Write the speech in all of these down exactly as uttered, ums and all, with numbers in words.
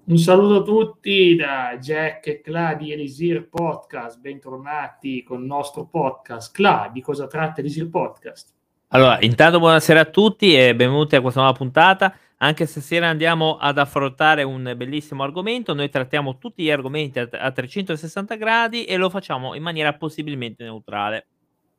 Un saluto a tutti da Jack e Cla di Elisir Podcast, bentornati con il nostro podcast. Cla, di cosa tratta Elisir Podcast? Allora, intanto buonasera a tutti e benvenuti a questa nuova puntata. Anche stasera andiamo ad affrontare un bellissimo argomento. Noi trattiamo tutti gli argomenti a, a trecentosessanta gradi e lo facciamo in maniera possibilmente neutrale.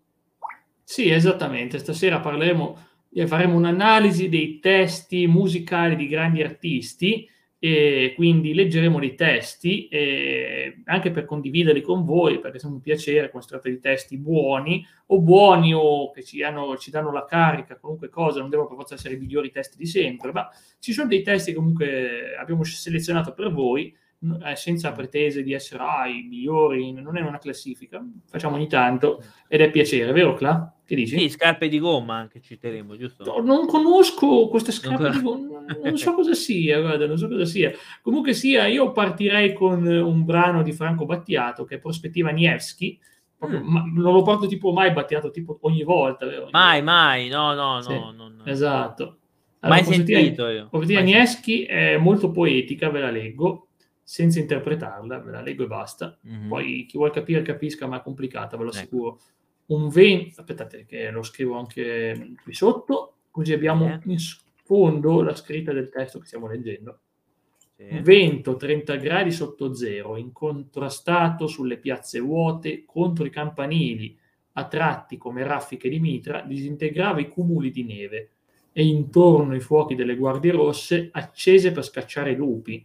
Sì, esattamente. Stasera parleremo, eh, faremo un'analisi dei testi musicali di grandi artisti e quindi leggeremo dei testi eh, anche per condividerli con voi, perché è un piacere quando si tratta di testi buoni o buoni o che ci, hanno, ci danno la carica, qualunque cosa, non devono per forza essere i migliori testi di sempre, ma ci sono dei testi che comunque abbiamo selezionato per voi eh, senza pretese di essere ah, i migliori, non è una classifica, facciamo ogni tanto ed è piacere, vero Cla? Che dici? Sì, scarpe di gomma anche citeremo, giusto? No, non conosco queste Non scarpe co- di gomma, non so cosa sia, guarda, non so cosa sia. Comunque sia, io partirei con un brano di Franco Battiato che è Prospettiva Nevsky, proprio, Mm, ma non lo porto tipo mai Battiato tipo ogni volta, vero? Ogni mai, volta. mai, no, no, Sì, no, non, esatto. Allora, mai Prospettiva, sentito io, Prospettiva mai sentito. Nevsky è molto poetica, ve la leggo, senza interpretarla, ve la leggo e basta. Mhm, Poi chi vuol capire capisca, ma è complicata, ve lo ecco, assicuro. Un vento, aspettate che lo scrivo anche qui sotto, così abbiamo sì, in sfondo la scritta del testo che stiamo leggendo. sì. Vento trenta gradi sotto zero, incontrastato sulle piazze vuote, contro i campanili, a tratti come raffiche di mitra, disintegrava i cumuli di neve e intorno i fuochi delle guardie rosse accese per scacciare i lupi.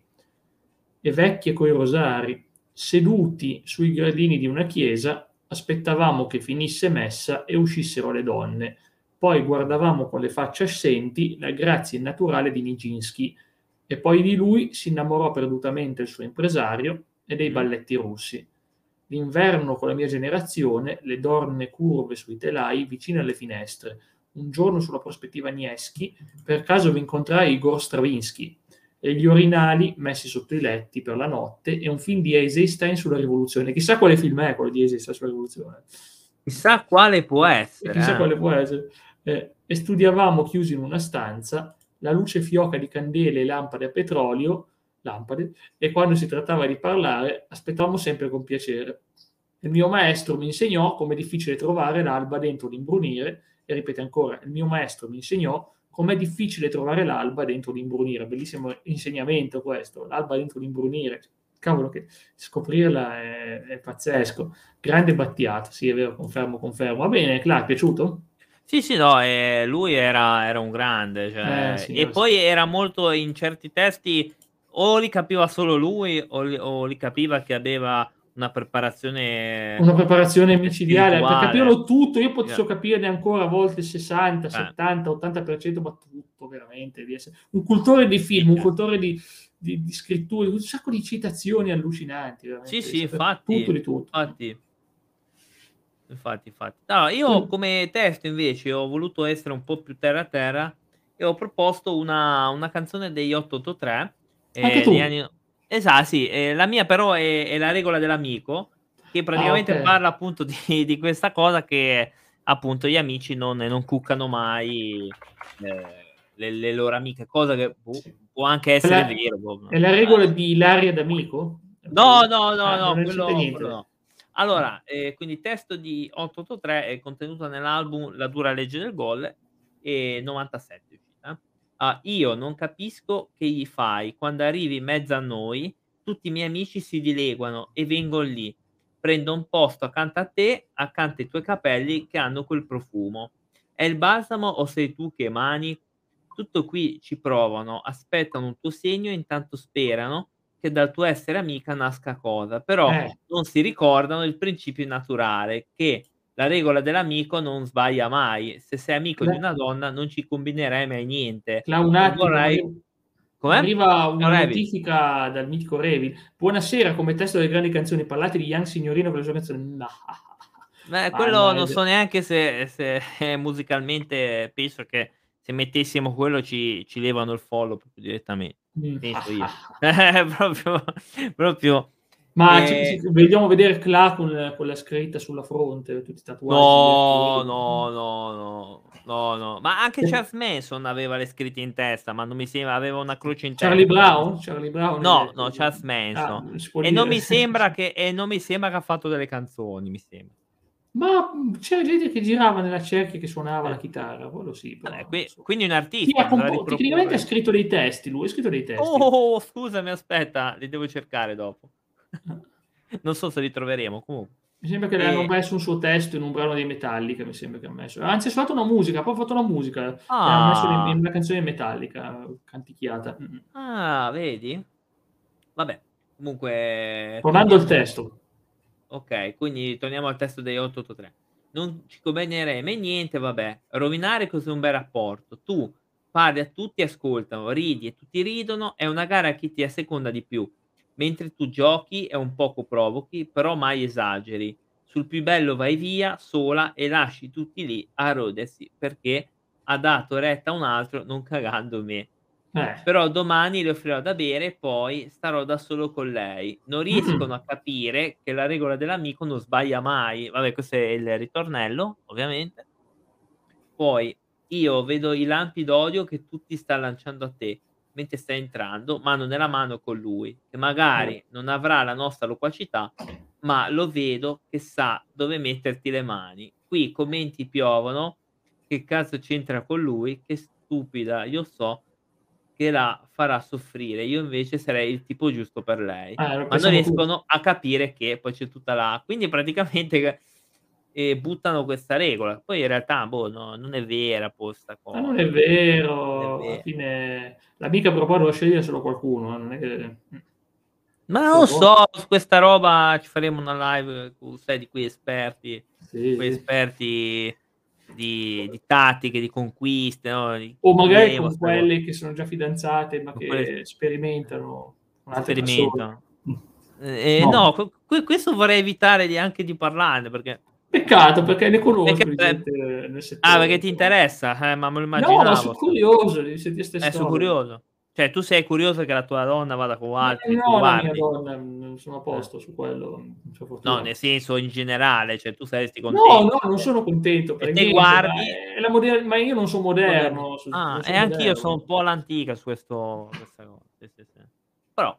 E vecchie coi rosari, seduti sui gradini di una chiesa, aspettavamo che finisse messa e uscissero le donne. Poi guardavamo con le facce assenti la grazia innaturale di Nijinsky e poi di lui si innamorò perdutamente il suo impresario e dei Mm. balletti russi. D'inverno con la mia generazione, le donne curve sui telai vicine alle finestre. Un giorno sulla prospettiva Nieschi, per caso vi incontrai Igor Stravinsky e gli orinali messi sotto i letti per la notte e un film di Eisenstein sulla rivoluzione. Chissà quale film è quello di Eisenstein sulla rivoluzione. Chissà quale può E essere, chissà eh? quale può essere. Eh, e studiavamo chiusi in una stanza, la luce fioca di candele e lampade a petrolio, lampade, e quando si trattava di parlare aspettavamo sempre con piacere. Il mio maestro mi insegnò com'è difficile trovare l'alba dentro l'imbrunire, e ripete ancora, il mio maestro mi insegnò com'è difficile trovare l'alba dentro l'imbrunire. Bellissimo insegnamento questo, l'alba dentro l'imbrunire. Cavolo che scoprirla è, è pazzesco. Grande Battiato, sì è vero, confermo, confermo. Va bene, Clark, piaciuto? Sì, sì, no, ehm, lui era era un grande, Eh cioè sì, e lo so. poi era molto in certi testi o li capiva solo lui o li o li capiva che aveva una preparazione, Una preparazione ehm, micidiale, per spirituale. capirlo tutto, io Io posso capirne ancora a volte sessanta, eh, settanta, ottanta per cento, ma tutto veramente. Di essere un cultore di sì, film, un certo. cultore di, di, di scritture, un sacco di citazioni allucinanti, Sì, veramente, di sì, sapere tutto infatti, di tutto. infatti, infatti, infatti. No, io Quindi, come testo invece ho voluto essere un po' più terra terra e ho proposto una una canzone degli otto otto tre, anche ehm, negli tu? anni no esa sì, ehm, la mia però è è La regola dell'amico, che Ah, ok. praticamente parla appunto di di questa cosa che appunto gli amici non non cuccano mai, ehm, le le loro amiche, cosa che, boh, Sì. può anche È essere la, vero, boh, è no, la ma regola di Ilaria D'Amico? no, no, no, Ah, non no, ne c'entra quello quello niente. no. Ah. Allora, ehm, quindi testo di otto otto tre è contenuta nell'album La dura legge del gol, ehm, novantasette è uscita. Ah, io non capisco che gli fai quando arrivi in mezzo a noi, tutti i miei amici si dileguano e vengon lì. Prendo un posto accanto a te, accanto ai tuoi capelli che hanno quel profumo. È il balsamo o sei tu che emani? Tutto qui ci provano, aspettano un tuo segno e intanto sperano che dal tuo essere amica nasca cosa, però Eh, non si ricordano il principio naturale, che la regola dell'amico non sbaglia mai. Se sei amico di Cla una donna non ci combinerai mai niente. Cla, un Non attimo, vorrai arri come? arriva Ciao una Revi. notifica dal mitico Revi. Buonasera, come testo delle grandi canzoni parlate di Young Signorino per le sue canzoni. No. Beh, quello non so Mannaggia. neanche se se musicalmente penso che se mettessimo quello ci ci levano il follow proprio direttamente, Mh. penso io. Eh, proprio proprio Ma ci ci E vediamo vedere Cla con con la scritta sulla fronte, tutti i tatuaggi No, no, no, no, no, no. Ma anche Charles Manson aveva le scritte in testa, ma non mi sembra aveva una croce in Charlie testa, non mi Brown? Charlie Brown hai no, detto? no, Charles Ah, Manson. si può E non dire. mi sembra che e non mi sembra che ha fatto delle canzoni, mi sembra. Ma, mhmm, c'era gente che girava nella cerchia che suonava la Eh. chitarra, quello sì, Vabbè, però non qui so. quindi un Sì, artista ha poteva compo tecnicamente ha riproporre scritto dei testi lui, ha scritto dei testi. Oh, scusami, aspetta, li devo cercare dopo. Ah. Non so se li troveremo, comunque. Mi sembra che le hanno E messo un suo testo in un brano dei Metallica, mi sembra che ha messo. Anzi, ha suonato una musica, ha proprio fatto una musica e ha messo in in Ah, una canzone dei Metallica, canticchiata. Mh-mh. ah, vedi? Vabbè, comunque Tornando al torniamo testo. okay, quindi torniamo al testo degli otto otto tre. Non ci convegnereme niente, vabbè, rovinare così un bel rapporto. Tu parli a tutti, ascoltano, ridi e tutti ridono, è una gara a chi ti asseconda di più. Mentre tu giochi e un poco provochi, però mai esageri. Sul più bello vai via sola e lasci tutti lì a rodersi perché ha dato retta a un altro non cagando me. Eh. Però domani le offrirò da bere e poi starò da solo con lei. Non riescono a capire che la regola dell'amico non sbaglia mai. Vabbè, questo è il ritornello, ovviamente. Poi io vedo i lampi d'odio che tu ti sta lanciando a te, mentre stai entrando, mano nella mano con lui, che Eh. magari non avrà la nostra loquacità, ma lo vedo che sa dove metterti le mani. Qui i commenti piovono, che cazzo c'entra con lui, che stupida, io so che la farà soffrire, io invece sarei il tipo giusto per lei. Eh, lo Ma non pensiamo tutti. riescono a capire che poi c'è tutta la quindi praticamente che ehm, buttano questa regola. Poi in realtà, boh, no, non è vera poi 'sta Ma non cosa, è non è vero, alla ve fine l'amica però poi doveva scegliere solo qualcuno, eh, non è che mh. ma non Però lo boh, so, su questa roba ci faremo una live con sai di quei esperti sì, quei sì. esperti di di tattiche, di conquiste, no, di O magari Chievo, con 'sta ro quelle che sono già fidanzate, ma con quelle che sperimentano con altre persone. sperimento. Mh. Ehm, No. no, que que questo vorrei evitare di anche di parlarne perché Peccato perché ne perché conosco di pre gente nel ah, perché settore, ti però. interessa? Eh, ma me lo No, ma son immaginavo 'sta curioso di sentire 'ste eh, so' storie. curioso. Cioè, tu sei curioso che la tua donna vada con Ma altri, tu no, la mia guardi? donna, mhmm, sono a Eh. posto su quello, mhmm, per No, fortuna. nel senso in generale, cioè tu saresti No, no, contento non se sono contento e per te niente, ma guardi è la moder ma io non son moderni moderno, su ah, non e son anch'io sono moderno. un po' all'antica su questo questa cosa, sì, sì, sì. Però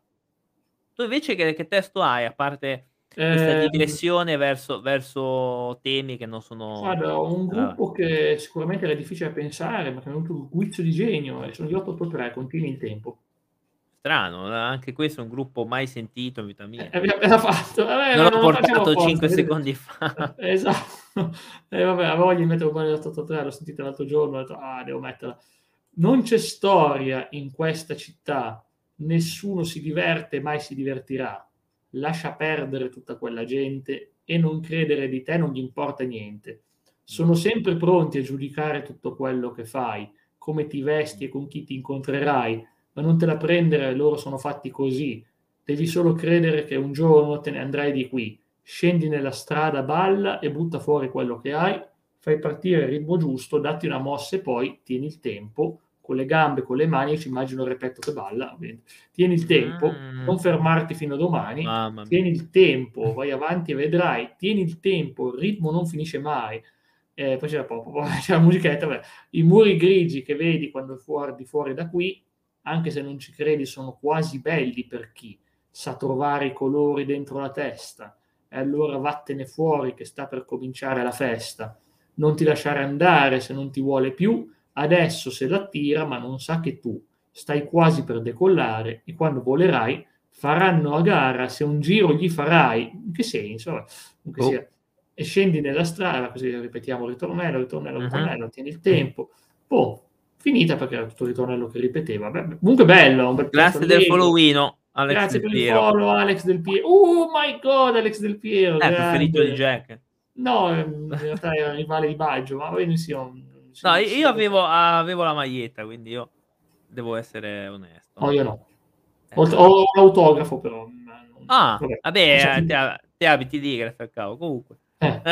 tu invece che che testo hai, a parte questa Ehm, digressione verso verso temi che non sono guarda, ho un vabbè. gruppo che sicuramente era difficile da pensare, ma che mi è venuto un guizzo di genio e sono gli otto otto tre, Continui il tempo. Strano, eh, anche questo è un gruppo mai sentito in vita Eh, mia. abbiamo appena fatto, vabbè, Non ma l'ho non lo facciamo portato apposta, cinque vedete secondi fa. eh, esatto. Eh, vabbè, avevo voglia di mettere un po' di otto otto tre, l'ho sentita l'altro giorno, ho detto: "Ah, devo metterla." Non c'è storia in questa città, nessuno si diverte, mai si divertirà. Lascia perdere tutta quella gente e non credere di te non gli importa niente. Mh. Sono sempre pronti a giudicare tutto quello che fai, come ti Mh. vesti e con chi ti incontrerai, ma non te la prendere, loro sono fatti così. Devi solo credere che un giorno te ne andrai di qui. Scendi nella strada, balla e butta fuori quello che hai, fai partire il ritmo giusto, datti una mossa e poi tieni il tempo con le gambe, con le mani, io ci immagino il Repetto che balla, ovviamente. Tieni il tempo, Mh. non fermarti fino a domani, Mamma mia. tieni il tempo, vai avanti e vedrai, tieni il tempo, il ritmo non finisce mai. Ehm, poi c'era po po c'è la musichetta, vabbè. I muri grigi che vedi quando fuor di fuori da qui, anche se non ci credi, sono quasi belli per chi sa trovare i colori dentro la testa. E allora vattene fuori che sta per cominciare la festa. Non ti lasciare andare se non ti vuole più, adesso se l'attira, ma non sa che tu stai quasi per decollare e quando volerai faranno a gara se un giro gli farai. In che senso? Vabbè, comunque Boh. sia. E scendi nella strada, così ripetiamo ritornello, ritornello, Mh-mh. ritornello, tieni il tempo. Boh, finita perché era tutto il ritornello che ripeteva. Beh, comunque bello, un bel testo Grazie del allegro. followino, Alex Grazie Del per il Piero. follow Alex Del Pie oh my god, Alex Del Piero, Eh, preferito di grande. Jack. No, ehm, in realtà era rivale di Baggio, ma va benissimo, mhmm, No, si i si io avevo avevo la maglietta, quindi io devo essere no, onesto. io no. Eh, Ho t vabbè. ho l'autografo però, ma non Ah, vabbè, lascia vabbè, te perdere. a te abiti lì grazie al cavo. Comunque. Eh,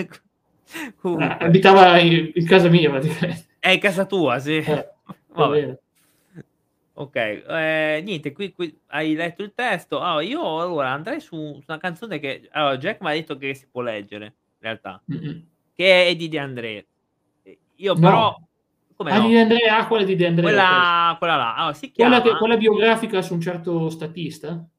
eh, Comunque. abitava i in casa mia praticamente. È in casa tua, sì. Eh, va Vabbè. bene. Okay, ehm, niente, qui qui hai letto il testo. Allora io allora andrei su su una canzone che allora Jack m'ha detto che si può leggere, in realtà, Mh-mh. che è di De André. E io però No. come Ah, di no? De André, ah, quella di De André, okay. Quella quella là. Allora si Quella che chiama quella biografica su un certo statista?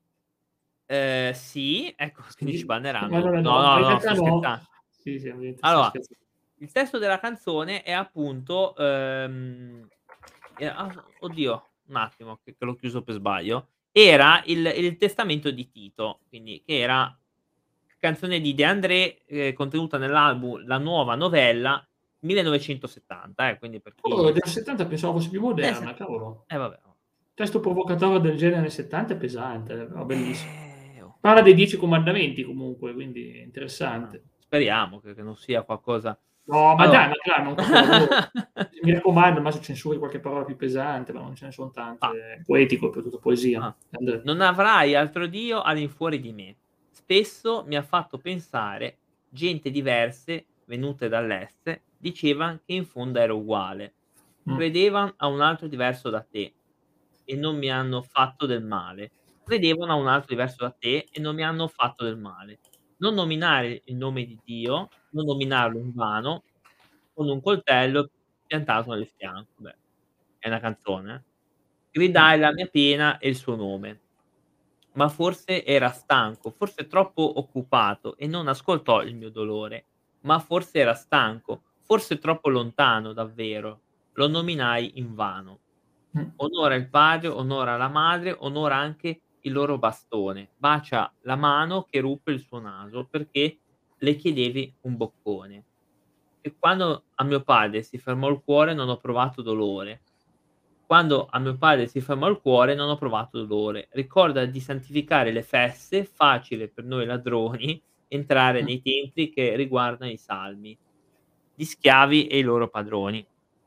ehm, sì, ecco quindi ci Sì? Ma banneranno. allora No, no, ma no, in no, realtà sto no. scherza Sì, sì, ovviamente stiam allora, scherza il testo della canzone è appunto, ehm, e ah, oddio, un attimo che che l'ho chiuso per sbaglio. Era il il testamento di Tito, quindi che era canzone di De André, ehm, contenuta nell'album La nuova novella millenovecentosettanta, eh, quindi per Oh, chi del settanta pensavo fosse più eh se moderna, cavolo. eh vabbè, oh. Testo provocatorio del genere nel settanta è pesante, però bellissimo. Eh, oh. Parla dei dieci comandamenti comunque, quindi Ah, interessante. speriamo che che non sia qualcosa No, ma allora dai, ma dai, ma è un capolavoro. Mi raccomando, ma se censuri qualche parola più pesante, ma non ce ne son tante. ah. È poetico, soprattutto poesia. Ah. Andrea. Non avrai altro Dio all'infuori di me. Spesso mi ha fatto pensare, gente diverse, venute dall'est, dicevan che in fondo ero uguale. Mh. Credevan a un altro diverso da te e non mi hanno fatto del male. Credevano a un altro diverso da te e non mi hanno fatto del male. Non nominare il nome di Dio, non nominarlo invano, con un coltello piantato nel fianco. Beh, è una canzone, eh. Mh. Gridai la mia pena e il suo nome. Ma forse era stanco, forse troppo occupato e non ascoltò il mio dolore. Ma forse era stanco, forse troppo lontano davvero. Lo nominai invano. Mh. Onora il padre, onora la madre, onora anche il loro bastone. Bacia la mano che ruppe il suo naso perché le chiedevi un boccone. E quando a mio padre si fermò il cuore non ho provato dolore. Quando a mio padre si fermò il cuore non ho provato dolore. Ricorda di santificare le feste, facile per noi ladroni entrare Mh. nei templi che riguardano i salmi, gli schiavi e i loro padroni.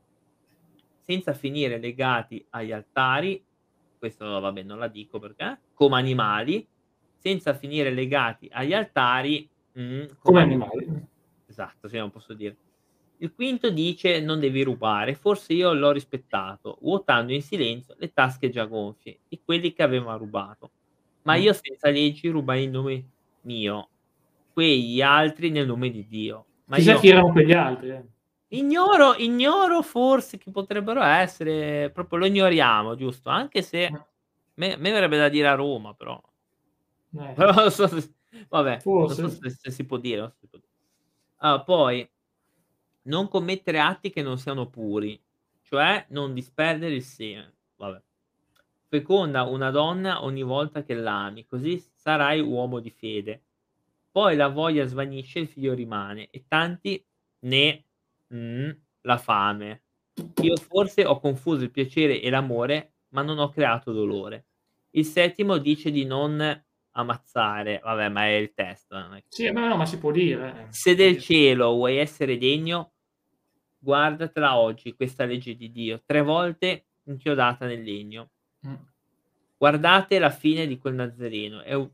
Senza finire legati agli altari, questo vabbè non la dico perché, come animali, senza finire legati agli altari, mhmm, come Come animali. animali. Mh. Esatto, sì, non posso dire. Il quinto dice: "Non devi rubare". Forse io l'ho rispettato, vuotando in silenzio le tasche già gonfie di quelli che aveva rubato. Ma Mh. io senza leggi rubai in nome mio, quegli altri nel nome di Dio. Ma Chissà io chi erano quegli altri, eh. ignoro ignoro forse chi potrebbero essere, proprio lo ignoriamo, giusto? Anche se Mh. me me verrebbe da dire a Roma, però Eh, però non so se vabbè, non so forse. se se si può dire, non si può dire. Ah, poi non commettere atti che non siano puri, cioè non disperdere il seme. Vabbè. Feconda una donna ogni volta che l'ami, così sarai uomo di fede. Poi la voglia svanisce, il figlio rimane e tanti ne mh, la fame. Io forse ho confuso il piacere e l'amore, ma non ho creato dolore. Il settimo dice di non ammazzare, vabbè, ma è il testo, non è che Sì, ma no, ma si può dire, eh, si se può del dire. cielo vuoi essere degno, guardatela oggi questa legge di Dio, tre volte inchiodata nel legno. Mh. Guardate la fine di quel Nazareno, è un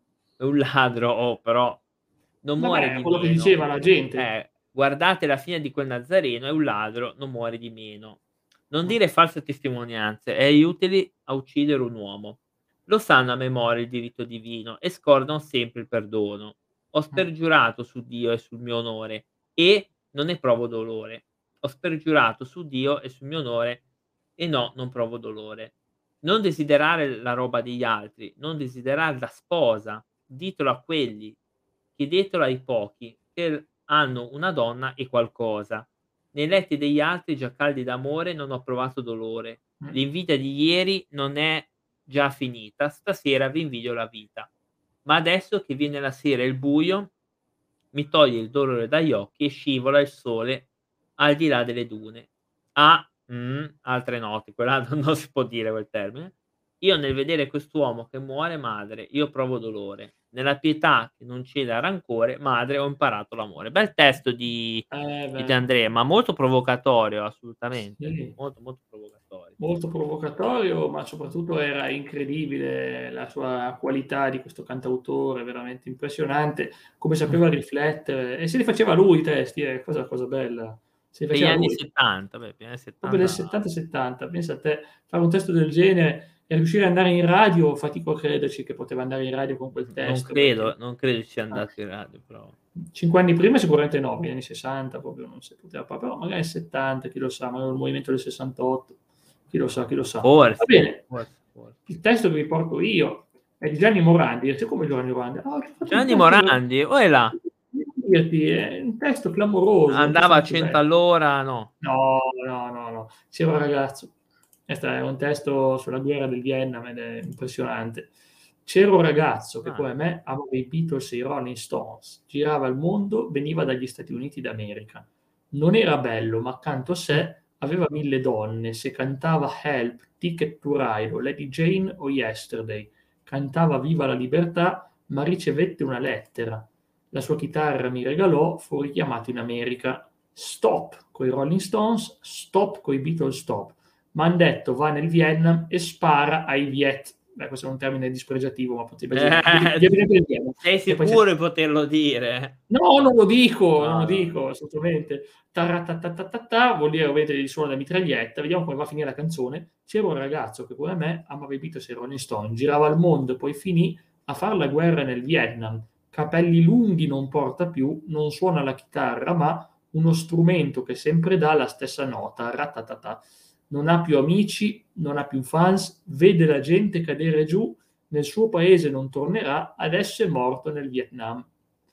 è un ladro, oh, però non muore Vabbè, di quello che meno. diceva la gente. Eh, guardate la fine di quel Nazareno, è un ladro, non muore di meno. Non Mh. dire false testimonianze, è utili a uccidere un uomo. Lo sanno a memoria il diritto divino e scordano sempre il perdono. Ho Mh. spergiurato su Dio e sul mio onore e non ne provo dolore. Ho spergiurato su Dio e sul mio onore e no, non provo dolore. Non desiderare la roba degli altri, non desiderare la sposa, ditelo a quelli, chiedetelo ai pochi che hanno una donna e qualcosa. Nei letti degli altri già caldi d'amore non ho provato dolore. Mh. L'invidia di ieri non è già finita, stasera vi invidio la vita. Ma adesso che viene la sera e il buio, mi toglie il dolore dagli occhi e scivola il sole al di là delle dune. Ah, mh, altre note, quella non non si può dire quel termine. Io nel vedere quest'uomo che muore madre, io provo dolore. Nella pietà che non cela rancore, madre ho imparato l'amore. Bel testo di Eh, di De beh. André, ma molto provocatorio assolutamente. Sì. Molto, molto provocatorio. Molto provocatorio, ma soprattutto era incredibile la sua qualità di questo cantautore, veramente impressionante, come sapeva riflettere e se li faceva lui i testi, eh, questa è la cosa bella. Se Degli faceva anni lui. settanta, beh, primi anni Proprio del settanta settanta settanta, pensa te, fare un testo del genere e riuscire ad andare in radio, fatico a crederci che poteva andare in radio con quel Mh-mh, non testo, credo perché non credo ci sia ah, andato in radio, però cinque anni prima sicuramente no, negli anni 'sessanta proprio non si poteva fa però magari settanta, chi lo sa, magari il movimento del 'sessantotto, chi lo sa, chi lo sa. Va Forse, bene, forse, for il testo che vi porto io è di Gianni Morandi, dice: "Come Gianni Morandi?" "Ah, ho fatto un Gianni testo per Morandi, oilà! dirti, è un testo clamoroso." Questo Andava a molto cento bello. all'ora, no. No, no, no, no. C'era un ragazzo. Questo è un testo sulla guerra del Vietnam ed è impressionante. C'era un ragazzo che Ah. come me amava i Beatles e i Rolling Stones, girava il mondo, veniva dagli Stati Uniti d'America. Non era bello, ma accanto a sé aveva mille donne. Se cantava Help, Ticket to Ride o Lady Jane o Yesterday, cantava Viva la libertà, ma ricevette una lettera. La sua chitarra mi regalò, fu richiamato in America. Stop coi Rolling Stones, stop coi Beatles, stop. M'han detto va nel Vietnam e spara ai Viet. Beh, questo è un termine dispregiativo, ma potrebbe gli Eh, gli abitanti del Vietnam. sei Che poi c'è sicuro di poterlo dire? no, non lo dico, non lo No, no, no. dico assolutamente. Taratatatatata vuol dire ovviamente il suono della mitraglietta. Vediamo come va a finire la canzone. C'era un ragazzo che come me amava i Beatles e i Rolling Stones, girava il mondo e poi finì a far la guerra nel Vietnam. Capelli lunghi non porta più, non suona la chitarra, ma uno strumento che sempre dà la stessa nota, ratatata. Non ha più amici, non ha più fans, vede la gente cadere giù, nel suo paese non tornerà, adesso è morto nel Vietnam.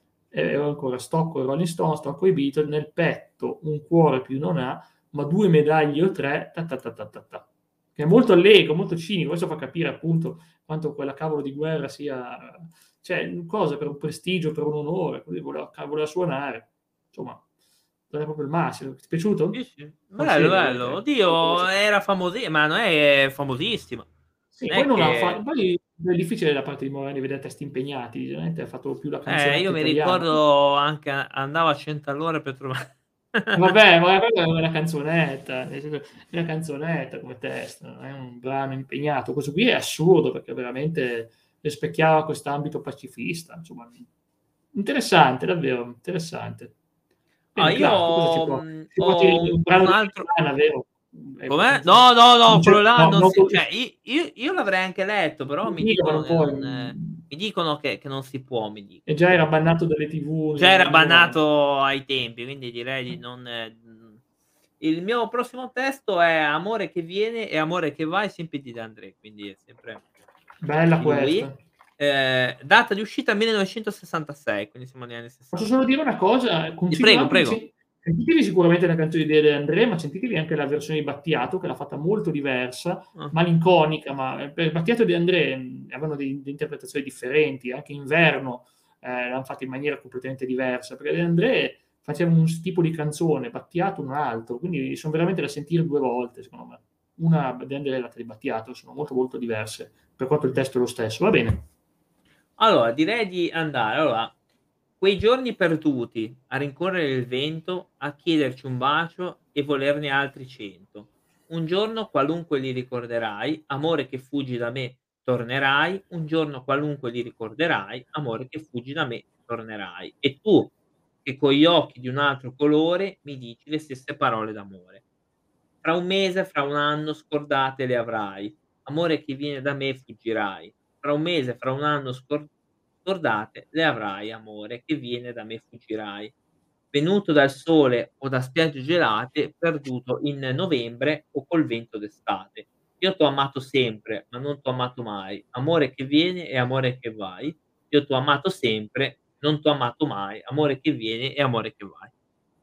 E ancora sto coi Rolling Stones, sto coi Beatles, nel petto un cuore più non ha, ma due medaglie o tre, ta ta ta ta ta ta. Che è molto allegro, molto cinico, questo fa capire appunto quanto quella cavolo di guerra sia, cioè, cosa per un prestigio, per un onore, così voleva, voleva suonare. Insomma, non è proprio il massimo. Ti è Sì, piaciuto? sì. Bello, Concedo, bello. eh. Oddio, era famosi ma non è famosissimo. Sì, Non poi è non ha fa che poi è difficile da parte di Morandi vedere testi impegnati, generalmente ha fatto più la eh, canzonetta io mi italiana. ricordo anche andavo a cento all'ora per trova Vabbè, ma quella è una canzonetta, nel senso è una canzonetta come testo, non è un brano impegnato. Questo qui è assurdo perché veramente rispecchiava quest'ambito pacifista, insomma. Interessante, davvero interessante. Ah, Bene, Cla, tu cosa ci io, porti? mhmm, Ci porti ho un brano un di altro Nirvana, vero? Mhmm, è come? abbastanza No, no, non no, c'è quello là no, non no si cioè i io io l'avrei anche letto, però mi ma dicono non che puoi, non mhmm, mi dicono che che non si può, mi e dicono. già era bannato dalle T V Già negli era anni 'novanta. bannato ai tempi, quindi direi di non mhmm, il mio prossimo testo è Amore che viene e amore che va, i Simply De André, quindi è sempre Bella di lui. questa. Ehm, data di uscita millenovecentosessantasei, quindi siamo negli anni Posso 'sessanta. solo dire una cosa? Ti Consiglio prego, anche di prego. sen sentitevi sicuramente la canzone di De De André, ma sentitevi anche la versione di Battiato che l'ha fatta molto diversa, Ah. malinconica, ma, ehm, per Battiato e De André, mhmm, avevano dei de interpretazioni differenti, anche Inverno, ehm, l'han fatta in maniera completamente diversa, perché De André faceva un s tipo di canzone, Battiato un altro, quindi son veramente da sentire due volte secondo me. Una De André e l'altra di Battiato, sono molto, molto diverse, per quanto il testo è lo stesso. Va bene. Allora, direi di andare allora, quei giorni perduti a rincorrere il vento, a chiederci un bacio e volerne altri cento. Un giorno qualunque li ricorderai, amore che fuggi da me, tornerai, un giorno qualunque li ricorderai, amore che fuggi da me, tornerai. E tu, che con gli occhi di un altro colore mi dici le stesse parole d'amore. Fra un mese, fra un anno scordate le avrai, amore che viene da me fuggirai. Fra un mese, fra un anno scor scordate le avrai, amore che viene da me fuggirai. Venuto dal sole o da spiagge gelate, perduto in novembre o col vento d'estate. Io t'ho amato sempre, ma non t'ho amato mai, amore che viene e amore che vai. Io t'ho amato sempre, non t'ho amato mai, amore che viene e amore che vai.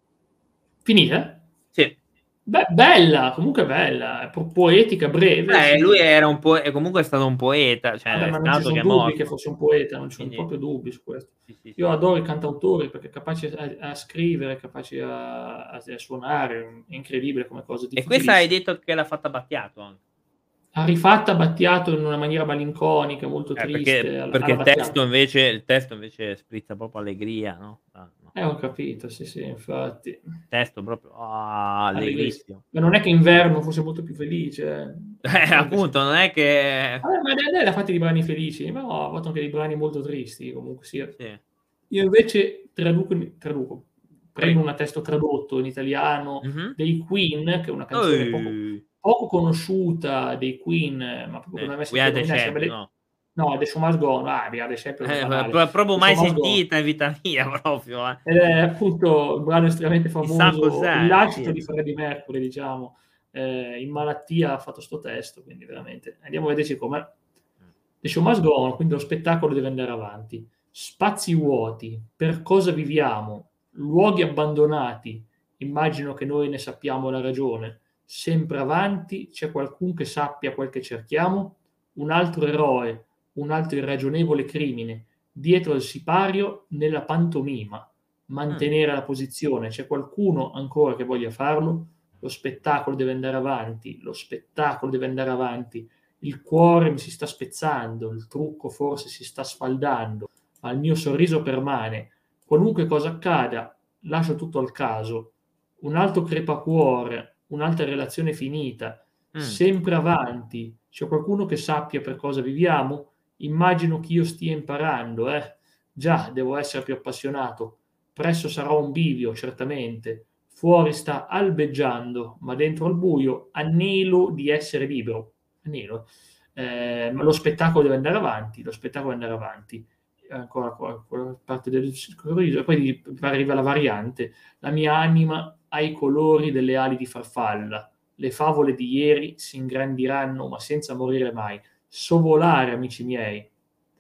Finita? Sì. Beh, bella, comunque bella, po poetica, breve, Beh, lui sì. era un poe e comunque è stato un poeta, Vabbè, cioè è ma non ci stato che son è dubbi che morto. fosse un poeta, non ci son Quindi proprio dubbi su questo. sì, sì, Io sì. adoro i cantautori perché capaci a a scrivere, capaci a a s a suonare, è incredibile come cosa, E questa hai difficilissima. detto che l'ha fatta Battiato anche? Ha rifatta Battiato in una maniera malinconica, molto Eh, perché triste, alla perché alla il testo Battiato. invece il testo invece sprizza proprio allegria, no, ah, no. Eh, ho capito, sì, sì, infatti. Testo proprio, ah, Allegris allegrissimo. ma non è che Inverno fosse molto più felice, eh. Eh, Comunque sì. appunto, non è che Vabbè, ma De André ne ha fatti di brani felici, ma no, ha fatto anche dei brani molto tristi, comunque sia. sì. Io invece traduco in traduco, prendo una testo tradotto in italiano Mh-mh. dei Queen, che è una canzone poco Ui. poco conosciuta dei Queen, ma proprio che Eh, non hai mai We Are sentito The nominare, si chiama Champions, le no. no, The Show Must Go On, ah, We Are The Champions è Eh, banale. pro proprio The mai Show Must Go On. sentita in vita mia proprio, eh. Ed è appunto un brano estremamente Chissà famoso, il cos'è, lascito sì. di Freddie Mercury, diciamo, ehm, in malattia ha fatto 'sto testo, quindi veramente andiamo a vederci com'è. Mh. The Show Must Go On, quindi lo spettacolo deve andare avanti. Spazi vuoti, per cosa viviamo, luoghi abbandonati, immagino che noi ne sappiamo la ragione. Sempre avanti, c'è qualcun che sappia quel che cerchiamo? Un altro eroe, un altro irragionevole crimine, dietro al sipario, nella pantomima. Mh. Mantenere la posizione, c'è qualcuno ancora che voglia farlo? Lo spettacolo deve andare avanti, lo spettacolo deve andare avanti. Il cuore mi si sta spezzando, il trucco forse si sta sfaldando, ma il mio sorriso permane. Qualunque cosa accada, lascio tutto al caso. Un altro crepacuore, un'altra relazione finita, Mh. sempre avanti. C'è qualcuno che sappia per cosa viviamo? Immagino che io stia imparando, eh. Già, devo essere più appassionato. Presto sarò un bivio, certamente. Fuori sta albeggiando, ma dentro al buio anelo di essere libero. Anelo. Eh, ma lo spettacolo deve andare avanti, lo spettacolo deve andare avanti. Ancora qua, quella parte del sorriso, e poi arriva la variante. La mia anima ha i colori delle ali di farfalla. Le favole di ieri si ingrandiranno, ma senza morire mai. So volare, amici miei.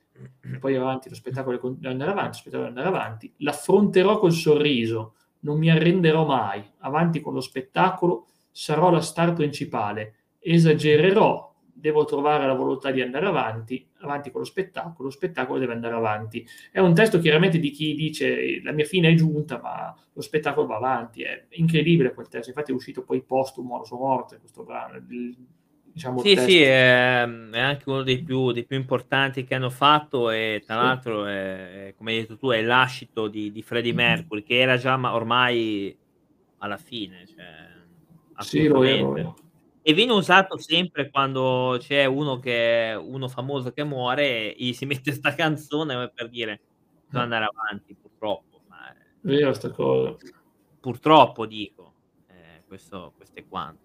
E poi avanti, lo spettacolo deve andare avanti, lo spettacolo deve andare avanti. L'affronterò col sorriso, non mi arrenderò mai. Avanti con lo spettacolo, sarò la star principale. Esagererò, devo trovare la volontà di andare avanti, avanti con lo spettacolo, lo spettacolo deve andare avanti. È un testo chiaramente di chi dice la mia fine è giunta, ma lo spettacolo va avanti. È incredibile quel testo, infatti è uscito poi postumo alla sua morte questo brano, il, diciamo il Sì, sì, testo. ehm, è anche uno dei più dei più importanti che hanno fatto e tra Sì. l'altro è è come hai detto tu, è l'ascito di di Freddie Mercury che era già ma ormai alla fine, cioè Sì, lo è, lo assolutamente. è. E viene usato sempre quando c'è uno che uno famoso che muore, gli si mette 'sta canzone per dire: "Bisogna Eh. andare avanti", purtroppo, ma è Vera sta cosa. purtroppo dico, ehm, questo questo è quanto.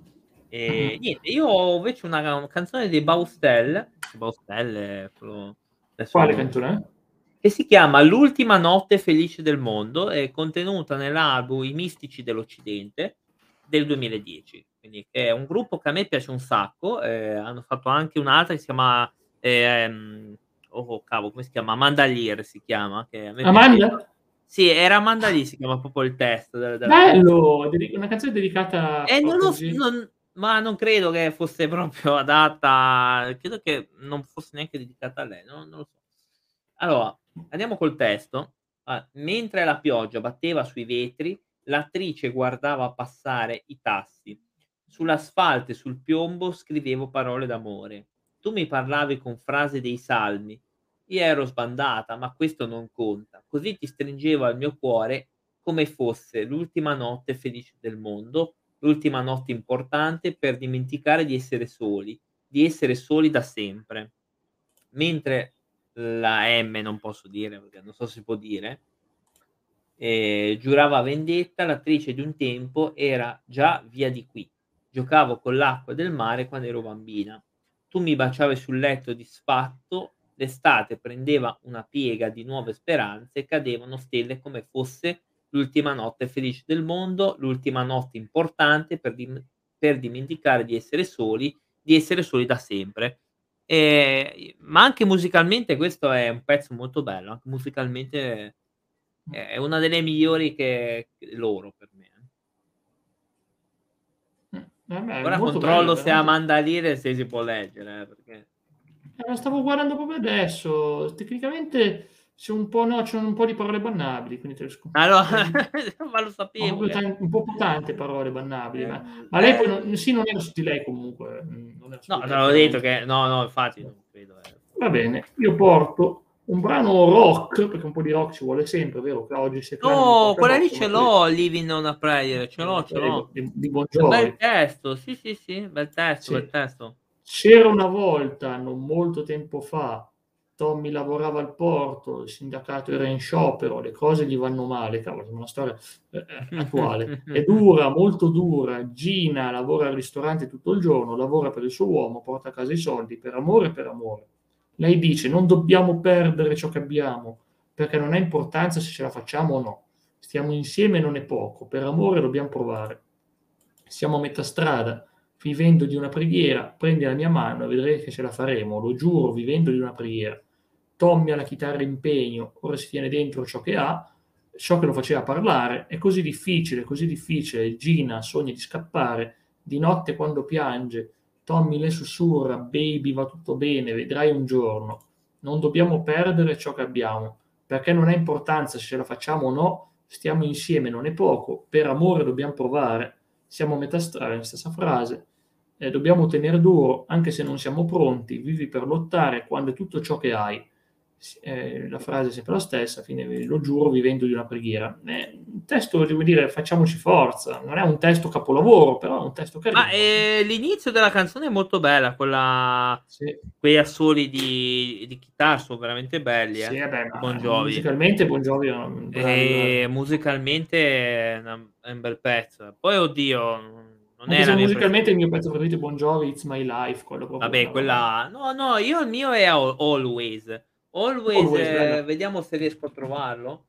Mh-mh. E niente, io ho invece una ca una canzone dei Baustelle, Baustelle, quello Quale adesso canzone è? che si chiama "L'ultima notte felice del mondo", è contenuta nell'album I mistici dell'Occidente del duemiladieci. Quindi è un gruppo che a me piace un sacco, ehm, hanno fatto anche un'altra che si chiama, ehm, oh cavolo, come si chiama? Amanda Lear si chiama, che a me piaceva. Amanda? Sì, era Amanda Lear, si chiama proprio il testo de della canzone. Bello! Dedi una canzone dedicata E a non lo s così. non ma non credo che fosse proprio adatta, credo che non fosse neanche dedicata a lei, no non lo so. Allora, andiamo col testo. A mentre la pioggia batteva sui vetri, l'attrice guardava passare i tassi. Sull'asfalto e sul piombo scrivevo parole d'amore. Tu mi parlavi con frasi dei salmi. Io ero sbandata, ma questo non conta. Così ti stringevo al mio cuore come fosse l'ultima notte felice del mondo, l'ultima notte importante per dimenticare di essere soli, di essere soli da sempre. Mentre la M non posso dire, perché non so se si può dire, ehm, giurava vendetta, l'attrice di un tempo era già via di qui. Giocavo con l'acqua del mare quando ero bambina. Tu mi baciavi sul letto disfatto, l'estate prendeva una piega di nuove speranze, cadevano stelle come fosse l'ultima notte felice del mondo, l'ultima notte importante per dim per dimenticare di essere soli, di essere soli da sempre. Ehm, i ma anche musicalmente questo è un pezzo molto bello, anche musicalmente è è una delle migliori che loro per me, eh. Mh, vabbè, è Ora molto bello, controllo se veramente. Amanda Lear e se si può leggere, eh, perché Eh, la stavo guardando proprio adesso. Tecnicamente c'è un po' no, c'è un po' di parole bannabili, quindi te le sco allo te le ma lo ma sapevo proprio che tan un po' tante parole bannabili, ma ehm, ma lei poi eh, non sì, non era su di lei comunque, mhmm, non era su no, di te lei l'avevo detto chiaramente. che no, no, infatti non credo, eh, Va fosse bene, io porto un brano rock, perché un po' di rock ci vuole sempre, è vero che oggi Seclani mi no, porta quella lì rock, ce ma poi l'ho, Living on a Prayer, ce l'ho, eh, ce quella di Bo l'ho. di di È Bon un bel Jovi. testo, sì, sì, sì, bel testo, bel Sì. testo. C'era una volta, non molto tempo fa, Tommy lavorava al porto, il sindacato era in sciopero, le cose gli vanno male, cavolo, è una storia eh, eh, attuale. È dura, molto dura. Gina lavora al ristorante tutto il giorno, lavora per il suo uomo, porta a casa i soldi, per amore e per amore. Lei dice, non dobbiamo perdere ciò che abbiamo, perché non ha importanza se ce la facciamo o no. Stiamo insieme non è poco, per amore dobbiamo provare. Siamo a metà strada, vivendo di una preghiera, prendi la mia mano e vedrai che ce la faremo, lo giuro, vivendo di una preghiera. Tommy ha la chitarra impegno, ora si tiene dentro ciò che ha, ciò che lo faceva parlare, è così difficile, così difficile. Gina sogna di scappare, di notte quando piange, Tommy le sussurra, baby va tutto bene, vedrai un giorno. Non dobbiamo perdere ciò che abbiamo, perché non ha importanza se ce la facciamo o no, stiamo insieme non è poco, per amore dobbiamo provare, siamo a metà strada, la stessa frase, eh, dobbiamo tenere duro, anche se non siamo pronti, vivi per lottare quando è tutto ciò che hai. Eh, la frase è sempre la stessa, fine, lo giuro vivendo di una preghiera. È un testo, devo dire, facciamoci forza, non è un testo capolavoro, però è un testo Ma, carino. ehm, l'inizio della canzone è molto bella, quella Sì. quegli assoli di di chitarra sono veramente belli, Sì, eh, vabbè, di ma Bon Jovi. musicalmente Bon Jovi è un bravi, bravi. E musicalmente è una è un bel pezzo. Poi oddio, non Anche è se la mia pref musicalmente il mio pezzo preferito di Bon Jovi, It's My Life, quello proprio vabbè una roba. quella no, no, io il mio è Al Always. Always, Always, bella. ehm, vediamo se riesco a trovarlo,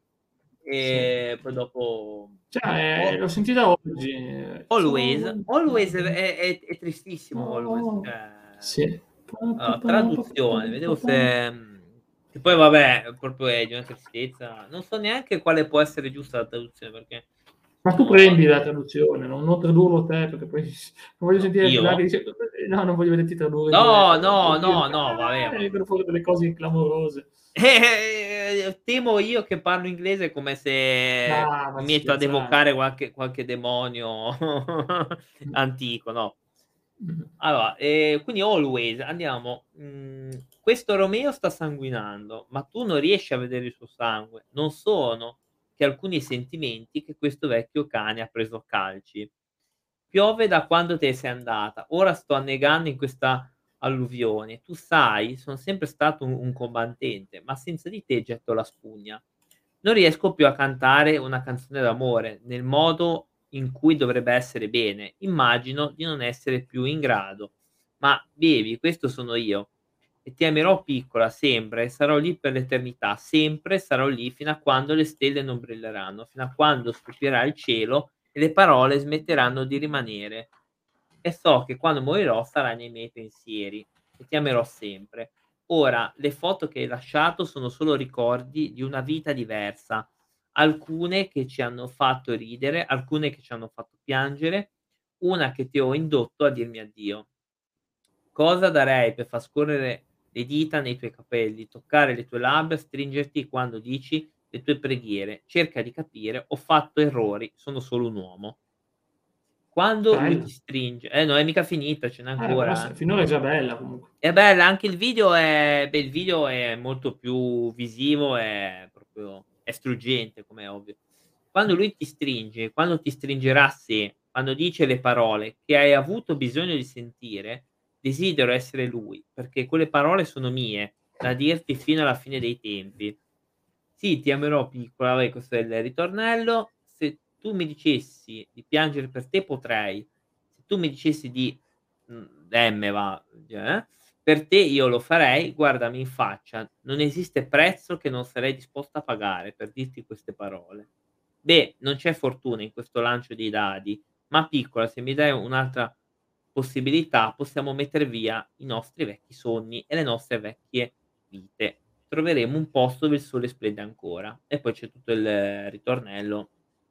Sì. e poi dopo Cioè, eh, o l'ho sentita oggi. It's Always, always Always è sunny. è è tristissimo Always, Oh. cioè Sì. Pa, pa, allora, pa, pa, pa, traduzione, pa, vedevo pa. se mhmm, che poi vabbè, proprio è di una tristezza. Non so neanche quale può essere giusta la traduzione perché Ma tu sono prendi la traduzione, non non tradurlo te, perché poi non voglio no, sentire Pilar che io? dice no, non voglio vederti tradurre in No, duetto. no, Oddio, no, no, vabbè, eh, ma vengono fuori delle cose clamorose. eh, temo io che parlo inglese come se Ah, ma mi metto ad scherzando. evocare qualche qualche demonio Mh. antico, no. Mh. Allora, ehm, quindi Always, andiamo. Mhmm, questo Romeo sta sanguinando, ma tu non riesci a vedere il suo sangue. Non sono che alcuni sentimenti che questo vecchio cane ha preso a calci. Piove da quando te ne sei andata, ora sto annegando in questa alluvione. Tu sai, son sempre stato un un combattente, ma senza di te getto la spugna. Non riesco più a cantare una canzone d'amore nel modo in cui dovrebbe essere bene. Immagino di non essere più in grado. Ma bevi, questo sono io. E ti amerò piccola, sempre, e sarò lì per l'eternità, sempre sarò lì fino a quando le stelle non brilleranno, fino a quando scoprirà il cielo e le parole smetteranno di rimanere. E so che quando morirò sarai nei miei pensieri e ti amerò sempre. Ora, le foto che hai lasciato sono solo ricordi di una vita diversa, alcune che ci hanno fatto ridere, alcune che ci hanno fatto piangere, una che ti ho indotto a dirmi addio. Cosa darei per far scorrere le dita nei tuoi capelli, toccare le tue labbra, stringerti quando dici le tue preghiere. Cerca di capire, ho fatto errori, sono solo un uomo. Quando lui ti Bello. stringe eh, non è mica finita, ce n'è Eh, però ancora, s eh. finora è già bella comunque. È bella, anche il video è beh, il video è molto più visivo, è proprio è struggente, come è ovvio. Quando lui ti stringe, quando ti stringerà a sé, quando dice le parole che hai avuto bisogno di sentire, desidero essere lui, perché quelle parole sono mie, da dirti fino alla fine dei tempi. Sì, ti amerò piccola, vabbè questo è il ritornello. Se tu mi dicessi di piangere per te potrei, se tu mi dicessi di mhmm, emme va, eh, per te io lo farei, guardami in faccia, non esiste prezzo che non sarei disposto a pagare per dirti queste parole. Beh, non c'è fortuna in questo lancio dei dadi, ma piccola, se mi dai un'altra possibilità, possiamo metter via i nostri vecchi sogni e le nostre vecchie vite. Troveremo un posto dove il sole splende ancora. E poi c'è tutto il ritornello.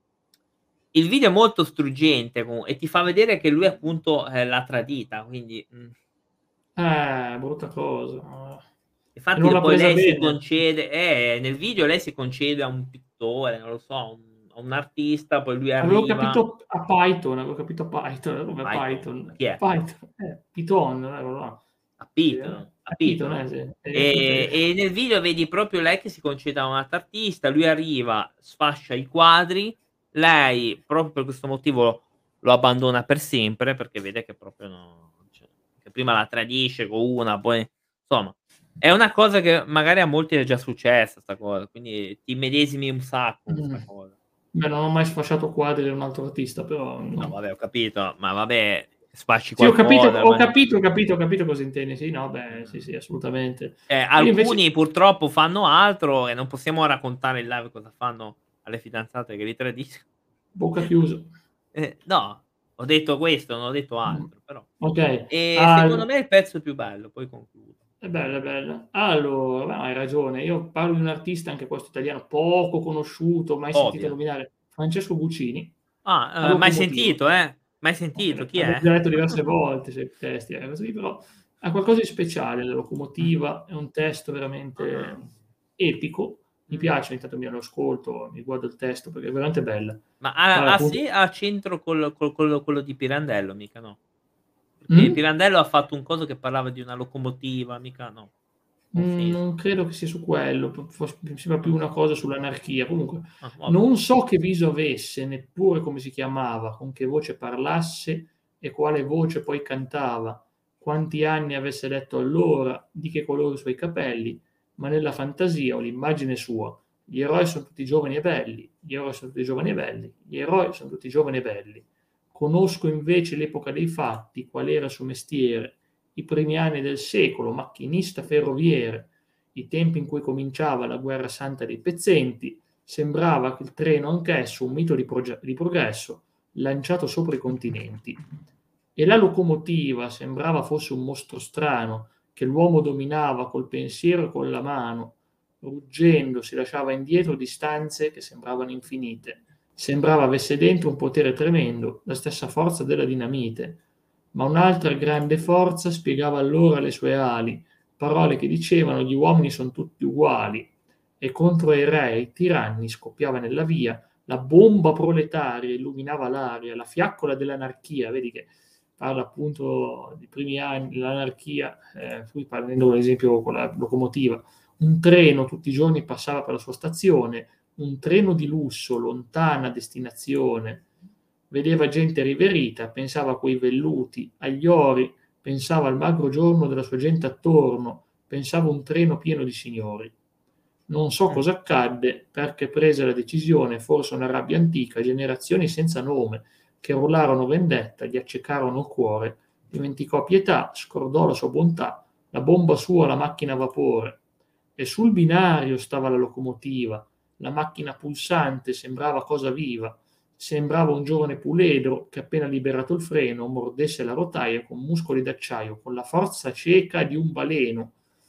Il video è molto struggente comu e ti fa vedere che lui appunto, ehm, l'ha tradita, quindi, mhmm, Eh, brutta cosa. E infatti non l l'ha poi presa lei si bene. concede eh, nel video lei si concede a un pittore, non lo so, a un a un artista, poi lui Avevo arriva capito a Python, avevo capito Python, come Python, Python. chi è? Python, eh, Python, eh, quello là. A Sì, eh. Python, a È Python, Python. eh, sì. È Python, E e nel video vedi proprio lei che si concede a un altro artista, lui arriva, sfascia i quadri, lei proprio per questo motivo lo abbandona per sempre, perché vede che proprio no cioè, che prima la tradisce con una, poi insomma. È una cosa che magari a molti è già successa 'sta cosa, quindi ti immedesimi un sacco in Mh. 'sta cosa. Beh, non ho mai sfasciato quadri di un altro artista, però No no. vabbè, ho capito, ma vabbè, sfasci Sì, ho capito qualcosa, ho ma capito, ho capito, ho capito cosa intendi. Sì, no, beh, sì, mh. sì, assolutamente. Eh, Io invece alcuni purtroppo fanno altro e non possiamo raccontare in live cosa fanno alle fidanzate che li tradiscono. bocca chiusa. Eh, no, ho detto questo, non ho detto Mh. altro, però. Okay. Ehm, secondo Al me è il pezzo più bello, poi concludo. È bella, è bella. Allora, beh, hai ragione. Io parlo di un artista, anche questo italiano, poco conosciuto, mai sentito Ovvio. nominare, Francesco Guccini, La Ah, uhm, mai locomotiva. sentito, eh, mai No, sentito, l'ab chi l'abbiamo è? già letto diverse volte, se testi e così, però ha qualcosa di speciale La Mh. locomotiva, è un testo Ah. veramente epico. Mi Mh. piace, ogni tanto me lo ascolto, mi guardo il testo perché è veramente bella. Ma ha Parla ha appunto sì ha c'entro col col quello quello di Pirandello? Mica no. Perché mh? Pirandello ha fatto un coso che parlava di una locomotiva, mica no. Non Mhmm, sis non credo che sia su quello, p fos mi sembra più ah, una cosa sull'anarchia. Comunque, ah, vabbè. non so che viso avesse, neppure come si chiamava, con che voce parlasse e quale voce poi cantava, quanti anni avesse letto allora, di che colore i suoi capelli, ma nella fantasia ho l'immagine sua. Gli eroi son tutti giovani e belli, gli eroi son tutti giovani e belli, gli eroi son tutti giovani e belli. Conosco invece l'epoca dei fatti, qual era il suo mestiere, i primi anni del secolo, macchinista ferroviere, i tempi in cui cominciava la guerra santa dei pezzenti, sembrava che il treno anch'esso un mito di, proge- di progresso lanciato sopra i continenti. E la locomotiva sembrava fosse un mostro strano che l'uomo dominava col pensiero e con la mano, ruggendo si lasciava indietro distanze che sembravano infinite. Sembrava avesse dentro un potere tremendo, la stessa forza della dinamite, ma un'altra grande forza spiegava allora le sue ali, parole che dicevano gli uomini sono tutti uguali, e contro i re e i tiranni scoppiava nella via, la bomba proletaria illuminava l'aria, la fiaccola dell'anarchia, vedi che parla appunto dei primi anni, l'anarchia, eh, qui prendendo l'esempio con la locomotiva, un treno tutti i giorni passava per la sua stazione, un treno di lusso, lontana destinazione, vedeva gente riverita, pensava a quei velluti, agli ori, pensava al magro giorno della sua gente attorno, pensava a un treno pieno di signori. Non so Mh. cosa accadde, perché prese la decisione, forse una rabbia antica, generazioni senza nome, che rullarono vendetta, gli accecarono il cuore, dimenticò pietà, scordò la sua bontà, la bomba sua, la macchina a vapore. E sul binario stava la locomotiva, la macchina pulsante sembrava cosa viva, sembrava un giovane puledro che appena liberato il freno mordesse la rotaia con muscoli d'acciaio, con la forza cieca di un baleno.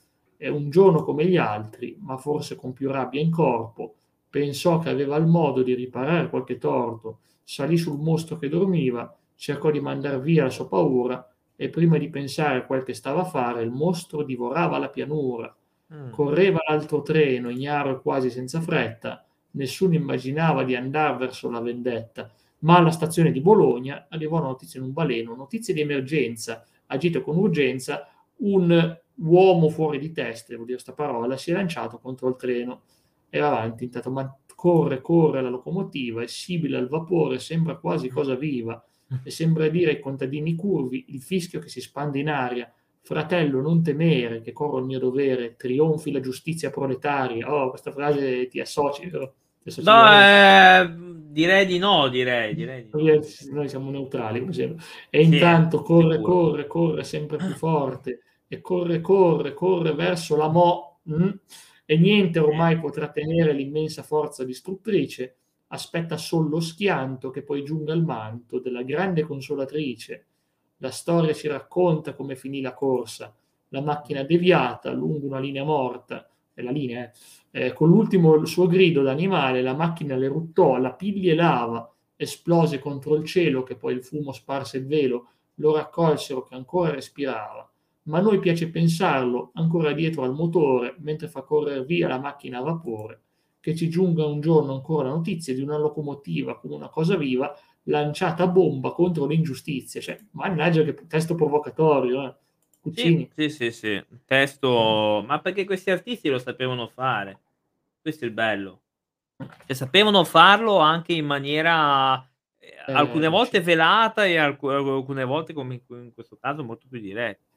E un giorno come gli altri, ma forse con più rabbia in corpo, pensò che aveva il modo di riparare qualche torto, salì sul mostro che dormiva, cercò di mandar via la sua paura e prima di pensare a quel che stava a fare, il mostro divorava la pianura. Mh. Correva l'altro treno, ignaro e quasi senza fretta, nessuno immaginava di andar verso la vendetta, ma alla stazione di Bologna arrivò una notizia in un baleno, notizie di emergenza, agito con urgenza, un uomo fuori di testa, devo dire sta parola, si è lanciato contro il treno e va avanti, intanto ma corre, corre la locomotiva, è sibile al vapore, sembra quasi cosa viva e sembra dire ai contadini curvi il fischio che si spande in aria. Fratello, non temere, che corro il mio dovere, trionfi la giustizia proletaria. Oh, questa frase ti associ, vero? Ti associ No, veramente. ehm, direi di no, direi, direi di no. Noi siamo neutrali, come sempre. E Sì, intanto corre, sicuro. corre, corre sempre più forte e corre, corre, corre verso la Mo, mh, e niente Sì. ormai potrà tenere l'immensa forza distruttrice. Aspetta sol lo schianto che poi giunga il manto della grande consolatrice. La storia ci racconta come finì la corsa, la macchina deviata lungo una linea morta, è la linea, eh, eh, con l'ultimo il suo grido d'animale, la macchina le ruttò, la piglia lava, esplose contro il cielo, che poi il fumo sparse il velo, lo raccolsero che ancora respirava. Ma a noi piace pensarlo ancora dietro al motore, mentre fa correre via la macchina a vapore, che ci giunga un giorno ancora la notizia di una locomotiva come una cosa viva lanciata a bomba contro l'ingiustizia. Cioè, mannaggia che testo provocatorio, eh. Sì, Cuccini. sì, sì, sì. Il Eh. testo ma perché questi artisti lo sapevano fare. Questo è il bello. Cioè sapevano farlo anche in maniera, ehm, Eh, alcune volte Guccini. velata e alcu alcune volte come in in questo caso molto più diretta.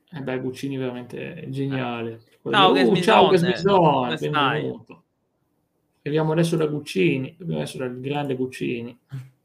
Eh beh, Guccini veramente Eh. geniale. Ciao Quello uh, ciao Gasmison, come Gasbison, stai? benvenuto. Arriviamo adesso da Guccini, arriviamo adesso dal grande Guccini.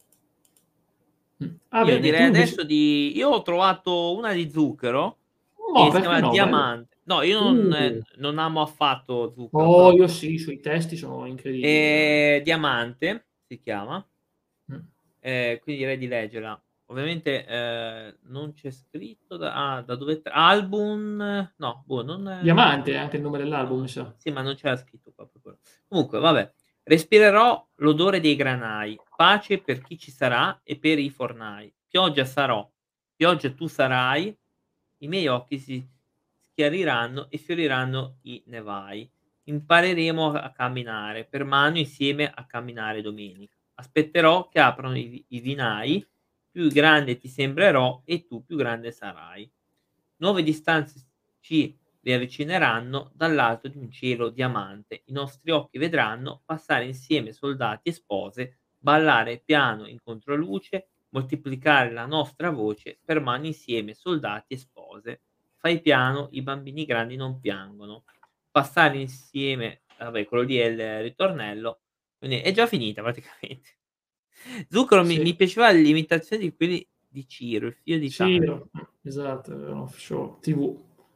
Mh. Va Io bene, direi tu invece adesso di io ho trovato una di zucchero No, che si perché chiama no, bello. Diamante. No, io non Uh. non amo affatto zucchero, Oh, però io sì, i suoi testi sono incredibili, veramente. Ehm, Diamante si chiama. Mh. Ehm, quindi direi di leggerla. Ovviamente, ehm, non c'è scritto da ah, da dove tra album no, boh, non Diamante è anche il nome dell'album, mi no, sa. sì, ma non c'era scritto proprio quello. Comunque vabbè. Respirerò l'odore dei granai, pace per chi ci sarà e per i fornai. Pioggia sarò, pioggia tu sarai, i miei occhi si schiariranno e fioriranno i nevai. Impareremo a camminare, per mano insieme a camminare domenica. Aspetterò che aprano i vi i vinai, più grande ti sembrerò e tu più grande sarai. Nuove distanze s ci riavvicineranno dall'alto di un cielo diamante. I nostri occhi vedranno passare insieme soldati e spose, ballare piano in controluce, moltiplicare la nostra voce per mano insieme soldati e spose. Fai piano, i bambini grandi non piangono. Passare insieme vabbè quello lì è il ritornello, quindi è già finita praticamente. Zucchero mi Sì. mi piaceva l'imitazione di quelli di Ciro, il figlio di Taro. Ciro, mh, esatto, era uno show tivù.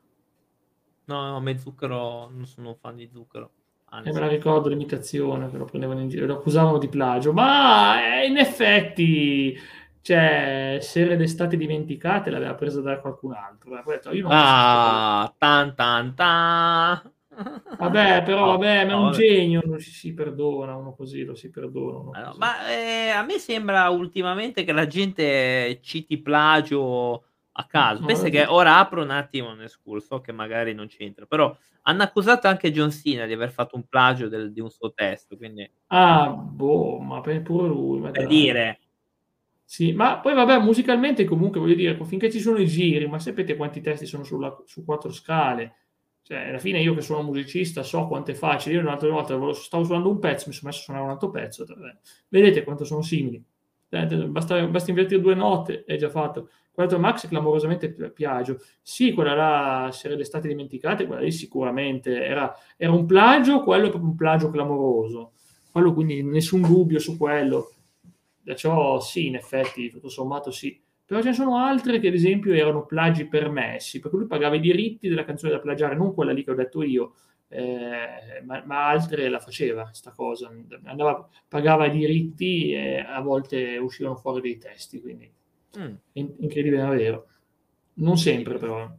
No, no, a me zucchero non sono un fan di zucchero, Eh, me anzi. la ricordo l'imitazione che lo prendevano in giro, lo accusavano di plagio, ma, ehm, in effetti, ceh, "Sere d'estate dimenticate" l'aveva presa da qualcun altro, eh, poi ha detto: "Io non posso farla". Ah, tan tan ta. Vabbè, però No, vabbè, ma è no, un vabbè. genio, lo ci si perdona, uno così lo si perdona, uno Ma no, così. ma, ehm, a me sembra ultimamente che la gente citi plagio a Mh, caso. non Pensa avevo che capito. ora apro un attimo Netschool, so che magari non c'entra, però hanno accusato anche John Cena di aver fatto un plagio del di un suo testo, quindi Ah, boh, ma pe pure lui, ma Per dai. dire. Sì, ma poi vabbè musicalmente comunque voglio dire, finché ci sono i giri, ma sapete quanti testi sono sulla su quattro scale? ceh, alla fine io che sono musicista so quanto è facile. Io l'altra volta volevo stavo suonando un pezzo, mi son messo a suonare un altro pezzo, ho detto: "Vabbè, vedete quanto sono simili? Basta basta invertire due note, è già fatto". Quattro Max è clamorosamente p piagio. Sì, quella là, "Sere d'estate dimenticate", quella lì sicuramente era era un plagio, quello è proprio un plagio clamoroso. Quello quindi nessun dubbio su quello. Perciò sì, in effetti, tutto sommato sì. Però ce ne sono altre che ad esempio erano plagi permessi, perché lui pagava i diritti della canzone da plagiare, non quella lì che ho detto io, ehm, ma ma altre la faceva 'sta cosa, andava pagava i diritti e a volte uscivano fuori dei testi, quindi Mh. in incredibile ma vero. Non sempre Incredibile. però, eh.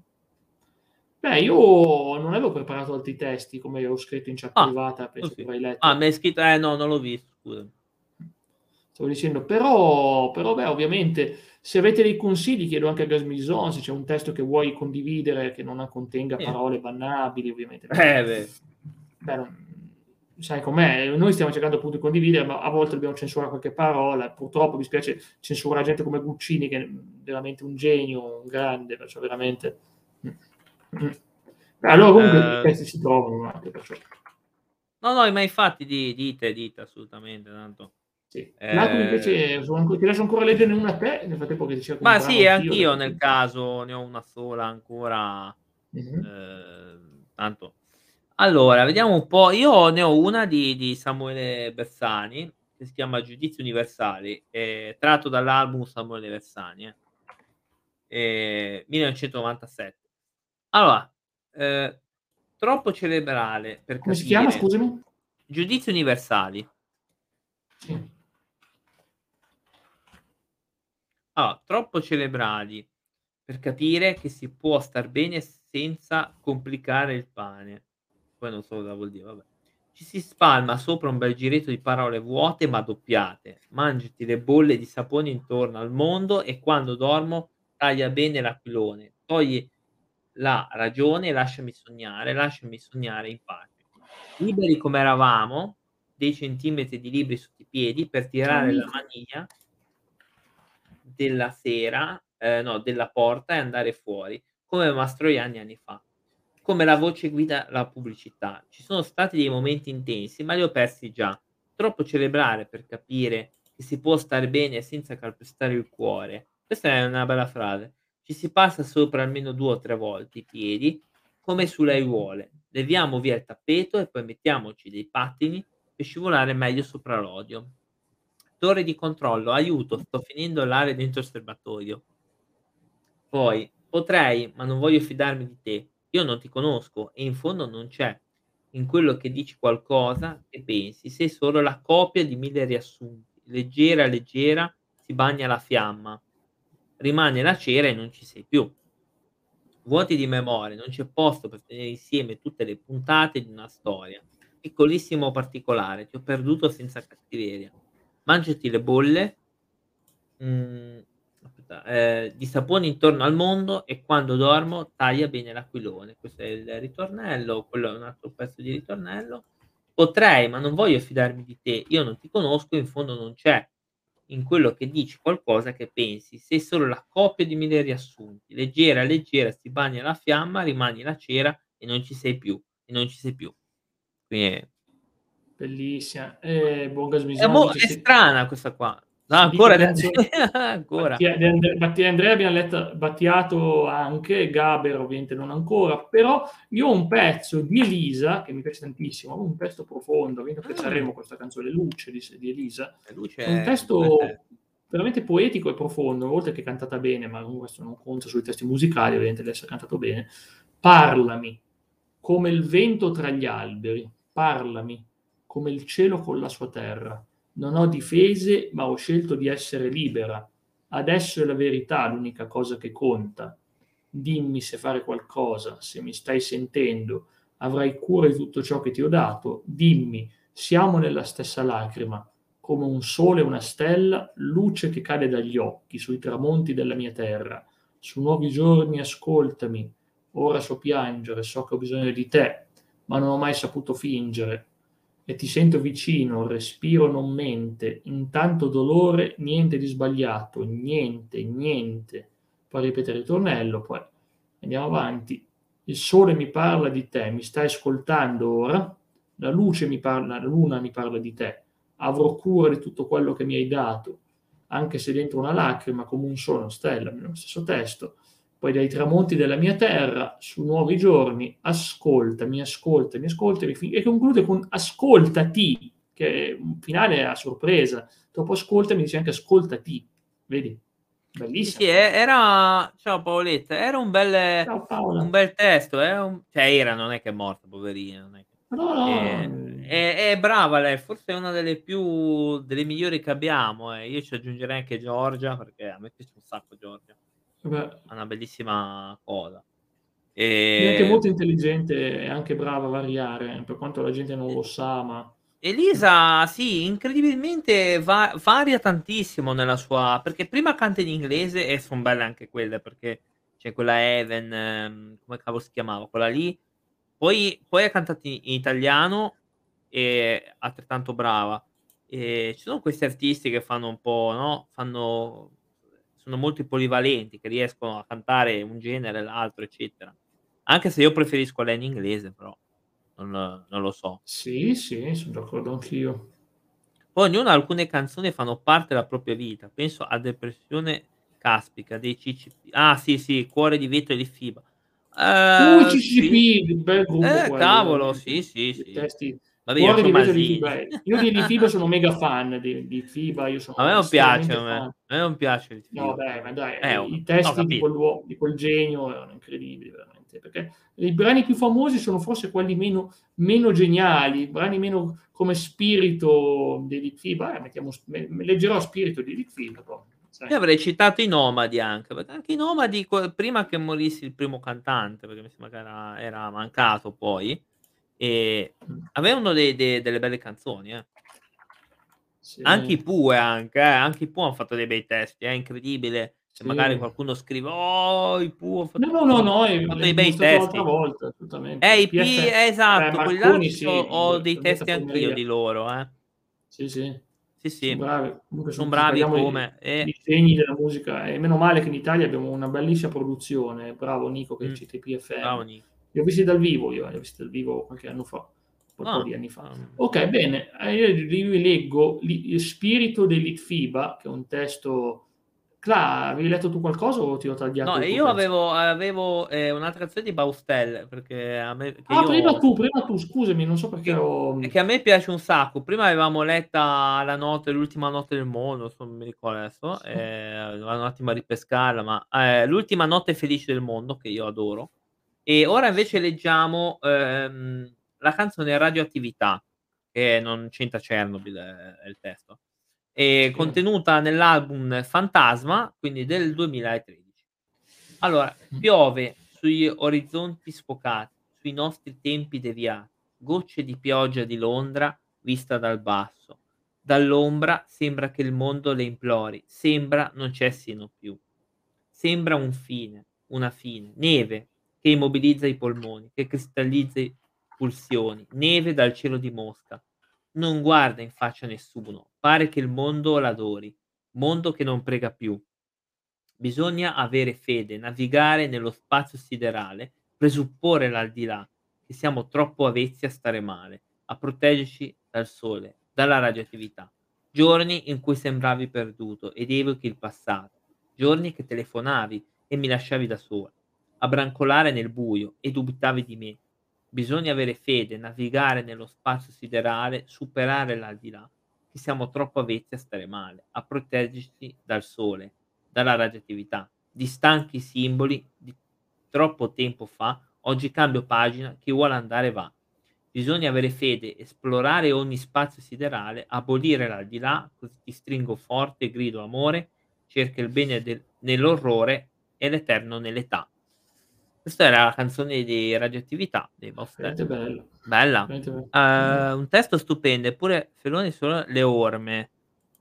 Beh, io non avevo preparato altri testi, come avevo scritto in chat Ah, privata, penso che così. avrai Ah, mi letto. hai scritto eh no, non l'ho visto, scusami. Stavo dicendo, però però beh, ovviamente se avete dei consigli, chiedo anche a Gasmison, se c'è un testo che vuoi condividere, che non contenga Sì. parole bannabili ovviamente, perché Eh, beh. beh, non sai com'è, noi stiamo cercando appunto di condividere, ma a volte dobbiamo censurare qualche parola. Purtroppo mi spiace censurare gente come Guccini che è veramente un genio, un grande, perciò veramente mh. Mh. Allora comunque i Ehm testi si trovano anche perciò. No, no, ma infatti di dite, dite assolutamente, tanto Sì. L'altro mi ehm piace sono ti lascio ancora leggerne una a te, nel frattempo che ti cerco un Ma brano sì, anch'io anch'io adesso nel qui. caso ne ho una sola ancora, Mh-mh. ehm, tanto allora vediamo un po', io ne ho una di di Samuele Bersani, che si chiama "Giudizi universali", è tratto dall'album Samuele Bersani, eh. Ehm, millenovecentonovantasette. allora, ehm, troppo cerebrale per Come si chiama capire scusami? "Giudizi universali". Sì. aloa, troppo cerebrali per capire che si può star bene senza complicare il pane. Poi non so cosa vuol dire, vabbè. Ci si spalma sopra un bel giretto di parole vuote ma doppiate. Mangiati le bolle di sapone intorno al mondo e quando dormo taglia bene l'aquilone. Togli la ragione e lasciami sognare, lasciami sognare in pace. Liberi come eravamo, dei centimetri di libri sotto i piedi per Ciao tirare la amico. maniglia della sera ehm, no, della porta e andare fuori, come Mastroianni anni fa. Come la voce guida la pubblicità. Ci sono stati dei momenti intensi, ma li ho persi già. Troppo cerebrale per capire che si può star bene senza calpestare il cuore. Questa è una bella frase. Ci si passa sopra almeno due o tre volte i piedi, come sulle aiuole. Leviamo via il tappeto e poi mettiamoci dei pattini per scivolare meglio sopra l'odio. Torre di controllo, aiuto, sto finendo l'area dentro il serbatoio. Poi, potrei, ma non voglio fidarmi di te. Io non ti conosco e in fondo non c'è in quello che dici qualcosa che pensi, sei solo la copia di mille riassunti. Leggera, leggera, si bagna la fiamma. Rimane la cera e non ci sei più. Vuoti di memoria, non c'è posto per tenere insieme tutte le puntate di una storia. Piccolissimo particolare, ti ho perduto senza cattiveria. Mangiati le bolle, mhmm, aspetta, ehm, di sapone intorno al mondo e quando dormo taglia bene l'aquilone. Questo è il ritornello, quello è un altro pezzo di ritornello. Potrei, ma non voglio fidarmi di te, io non ti conosco, in fondo non c'è in quello che dici qualcosa che pensi, sei solo la copia di mille riassunti. Leggera, leggera, si bagna la fiamma, rimani la cera e non ci sei più, e non ci sei più. Quindi Bellissima. E Bonga è Smisano mo dice è se strana questa qua. No, si dice ancora de canzone ancora. Battia de Andre Battia e Andrea abbiam letta Battiato anche, Gaber ovviamente non ancora, però io ho un pezzo di Elisa, che mi piace tantissimo, un testo profondo, visto che Mh. c'aremo questa canzone Luce di s di Elisa, La luce c'è un è un bel testo testo. veramente poetico e profondo, oltre che cantata bene, ma comunque questo non conta sui testi musicali, ovviamente deve essere cantato bene. Parlami, come il vento tra gli alberi, parlami, come il cielo con la sua terra. Non ho difese, ma ho scelto di essere libera. Adesso è la verità l'unica cosa che conta. Dimmi se fare qualcosa, se mi stai sentendo, avrai cura di tutto ciò che ti ho dato. Dimmi, siamo nella stessa lacrima, come un sole e una stella, luce che cade dagli occhi sui tramonti della mia terra. Su nuovi giorni ascoltami, ora so piangere, so che ho bisogno di te, ma non ho mai saputo fingere. E ti sento vicino, il respiro non mente, intanto dolore, niente di sbagliato, niente, niente. Poi ripete il ritornello, poi andiamo avanti. Il sole mi parla di te, mi stai ascoltando ora? La luce mi parla, la luna mi parla di te. Avrò cura di tutto quello che mi hai dato, anche se dentro una lacrima, come un sole, una stella, nello stesso testo. Poi dai tramonti della mia terra, su nuovi giorni, ascoltami, ascoltami, ascoltami, fi- e conclude con ascoltati, che è un finale a sorpresa. Dopo ascoltami dice anche ascoltati, vedi? Sì, sì, Bellissima e questa. era ciao Paoletta, era un bel Ciao Paola. un bel testo, è un cioè era, non è che è morta poverina, non è che No, no, ehm, no. è è brava lei, forse è una delle più delle migliori che abbiamo, eh. Io ci aggiungerei anche Giorgia, perché a me piace un sacco Giorgia, Vabbè. ha una bellissima cosa. È anche Ehm, molto intelligente e anche brava a variare, per quanto la gente non e lo sa, ma Elisa sì, incredibilmente va varia tantissimo nella sua perché prima canta in inglese e son belle anche quelle, perché c'è quella Heaven, mhmm, come cavolo si chiamava quella lì, poi poi ha cantato in in italiano, e altrettanto brava. Ehm, ci sono questi artisti che fanno un po', no, fanno sono molto polivalenti, che riescono a cantare un genere, l'altro, eccetera. Anche se io preferisco lei in inglese, però non non lo so. sì, sì, son d'accordo anch'io. Poi ognuno alcune canzoni fanno parte della propria vita. Penso a Depressione Caspica dei C C P. Ah sì, sì, Cuore di vetro di Fiba. Uh, i Ehm, sì. C C P, bel gruppo Eh, quello cavolo, veramente. sì, sì, I sì. testi Vabbè io Cuore c'ho di vetro di Masini. Fiba eh, io di Litfiba sono mega fan di di Fiba, io A me sono non piace estremamente a me. fan. A me non piace il No Fiba. dai, ma dai, Eh, ho i i capi ho testi di capito. quell'uo di quel genio erano incredibili veramente, perché i brani più famosi sono forse quelli meno meno geniali, i brani meno come spirito di Litfiba, eh, mettiamo s me leggerò spirito di Litfiba proprio, sai. Io avrei citato i Nomadi anche, perché anche i Nomadi co prima che morisse il primo cantante, perché mi sembra che era era mancato poi, ehm, Mh. avevano dei de delle belle canzoni, eh. Anche Sì. i Pooh anche, eh, anche i Pooh han fatto dei bei testi, è incredibile che magari Sì. qualcuno scrive: "Oh, i Pooh han No, fatto no, no, han no, e fatto l'hai dei bei dimostrato l'altra testi". volta, Eh, assolutamente. i P P F eh, beh, esatto, quelli là Marconi c'ho sì, ho il dei Pianeta testi anch'io Folleria. di loro, eh. Sì, sì, Sì, son sì, bravi. Comunque son son se bravi parliamo di come di e geni della musica e meno male che in Italia abbiamo una bellissima produzione. Bravo Nico che mh, cita i bravo P F M. Nic Li ho visti dal vivo io, eh, li ho visti dal vivo qualche anno fa, un bel po' ah, di anni fa. uhm, Okay, bene, ehm, io rileggo li Spirito dell'Itfiba, che è un testo Cla, avevi letto tu qualcosa o ti ho tagliato No, il e tuo io pezzo? avevo avevo, ehm, un'altra canzone di Baustelle, perché a me che Ah, prima io tu, prima tu, scusami, non so perché che ero è che a me piace un sacco. Prima avevamo letta La notte l'ultima notte del mondo, adesso non mi ricordo adesso, ehm, vado un attimo a ripescarla, ma, ehm, L'ultima notte felice del mondo, che io adoro. E ora invece leggiamo, ehm, la canzone Radioattività, che non c'entra Chernobyl, è è il testo, ehm, sì. contenuta nell'album Fantasma, quindi del duemilatredici. Allora, Mh. piove sugli orizzonti sfocati, sui nostri tempi deviati, gocce di pioggia di Londra vista dal basso. Dall'ombra sembra che il mondo le implori, sembra non cessino più. Sembra un fine, una fine, neve che immobilizza i polmoni, che cristallizza i pulsioni, neve dal cielo di Mosca. Non guarda in faccia a nessuno, pare che il mondo l'adori, mondo che non prega più. Bisogna avere fede, navigare nello spazio siderale, presupporre l'aldilà, che siamo troppo avvezzi a stare male, a proteggerci dal sole, dalla radioattività. Giorni in cui sembravi perduto ed evochi il passato, giorni che telefonavi e mi lasciavi da sola, a brancolare nel buio e dubitavi di me. Bisogna avere fede, navigare nello spazio siderale, superare l'aldilà, che siamo troppo avvezzi a stare male, a proteggerci dal sole, dalla radioattività, di stanchi simboli di troppo tempo fa, oggi cambio pagina, chi vuole andare va. Bisogna avere fede, esplorare ogni spazio siderale, abolire l'aldilà, così ti stringo forte e grido amore, cerca il bene del- nell'orrore e l'eterno nell'età. Questa era la canzone di Radioattività dei Baustelle. Veramente bello, Bella. veramente bello. Mh. Ehm, un testo stupendo, eppure Feloni sono le orme.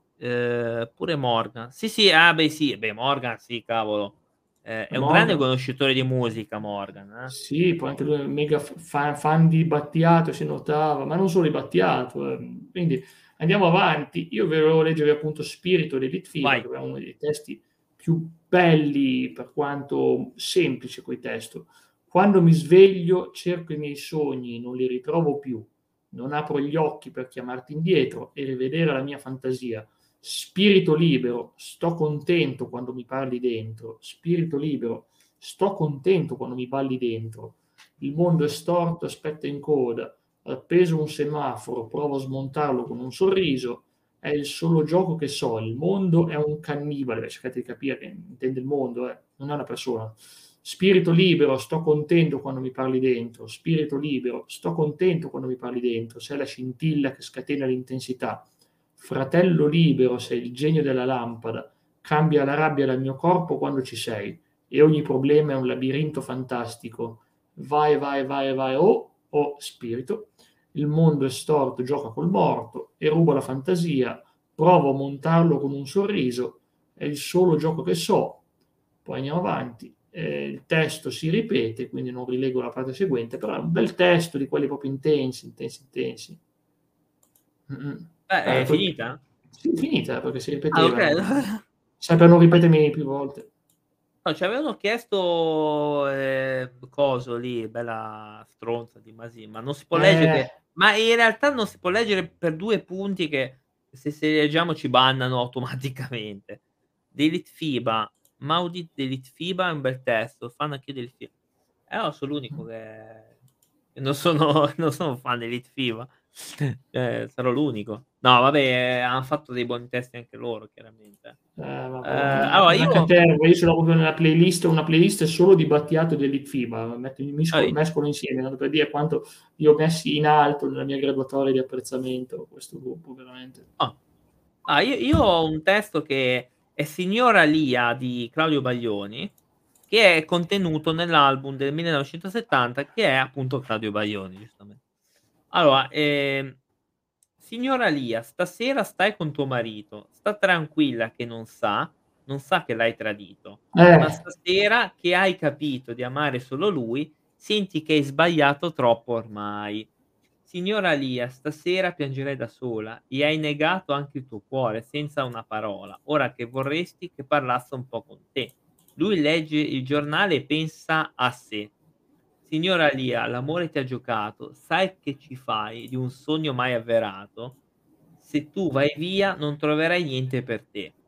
Ehm, pure Morgan. Sì, sì, ah beh sì, beh Morgan sì, cavolo. Ehm, è un grande Morgan. conoscitore di musica Morgan, eh. Sì, poi anche lui è un mega f fa fan di Battiato, si notava, ma non solo di Battiato, ehm, quindi andiamo avanti. Io ve volevo leggervi appunto Spirito di Litfiba, che Vai. è uno dei testi più belli per quanto semplice quel testo. Quando mi sveglio cerco i miei sogni, non li ritrovo più. Non apro gli occhi per chiamarti indietro e rivedere la mia fantasia. Spirito libero, sto contento quando mi parli dentro. Spirito libero, sto contento quando mi balli dentro. Il mondo è storto, aspetta in coda. Appeso un semaforo, provo a smontarlo con un sorriso. È il solo gioco che so. Il mondo è un cannibale. Beh, cercate di capire che intende il mondo, eh, non è una persona. Spirito libero, sto contento quando mi parli dentro. Spirito libero, sto contento quando mi parli dentro. Sei la scintilla che scatena l'intensità. Fratello libero, sei il genio della lampada. Cambia la rabbia dal mio corpo quando ci sei e ogni problema è un labirinto fantastico. Vai, vai, vai, vai, oh, oh, spirito. Il mondo è storto, gioca col morto e ruba la fantasia. Provo a montarlo con un sorriso. È il solo gioco che so. Poi andiamo avanti. Eh, il testo si ripete, quindi non rilego la parte seguente, però è un bel testo di quelli proprio intensi, intensi, intensi. Mm-mm. Eh, Eh, è poi, finita? sì, finita perché si Ah, okay. ripetevano. Sai per non ripetermi più volte. No, ci avevano chiesto, ehm, coso lì, bella stronza di Masì, ma non si può leggere Eh, che ma in realtà non si può leggere per due punti che se se li leggiamo ci bannano automaticamente. Delete FIBA, Maudit Delete FIBA è un bel testo, fan anch'io del fi eh, no, son l'unico che che non sono non sono fan di Litfiba. Eh, sarò l'unico. No vabbè, han fatto dei buoni testi anche loro chiaramente. Eh, ma Ehm, poi ma allora ma anche a io te, io ce l'ho proprio nella playlist, una playlist solo di Battiato e dell'Itfiba, metto misco poi mescolo insieme, tanto per dire quanto li ho messi in alto nella mia graduatoria di apprezzamento questo gruppo, veramente. ah, ah, io io ho un testo che è Signora Lia di Claudio Baglioni, che è contenuto nell'album del millenovecentosettanta che è appunto Claudio Baglioni, giustamente. Allora, ehm, signora Lia, stasera stai con tuo marito, sta tranquilla che non sa, non sa che l'hai tradito, ma Eh, stasera che hai capito di amare solo lui, senti che hai sbagliato troppo ormai. Signora Lia, stasera piangerai da sola e hai negato anche il tuo cuore senza una parola, ora che vorresti che parlasse un po' con te. Lui legge il giornale e pensa a sé. Signora Lia, l'amore ti ha giocato, sai che ci fai di un sogno mai avverato? Se tu vai via non troverai niente per te.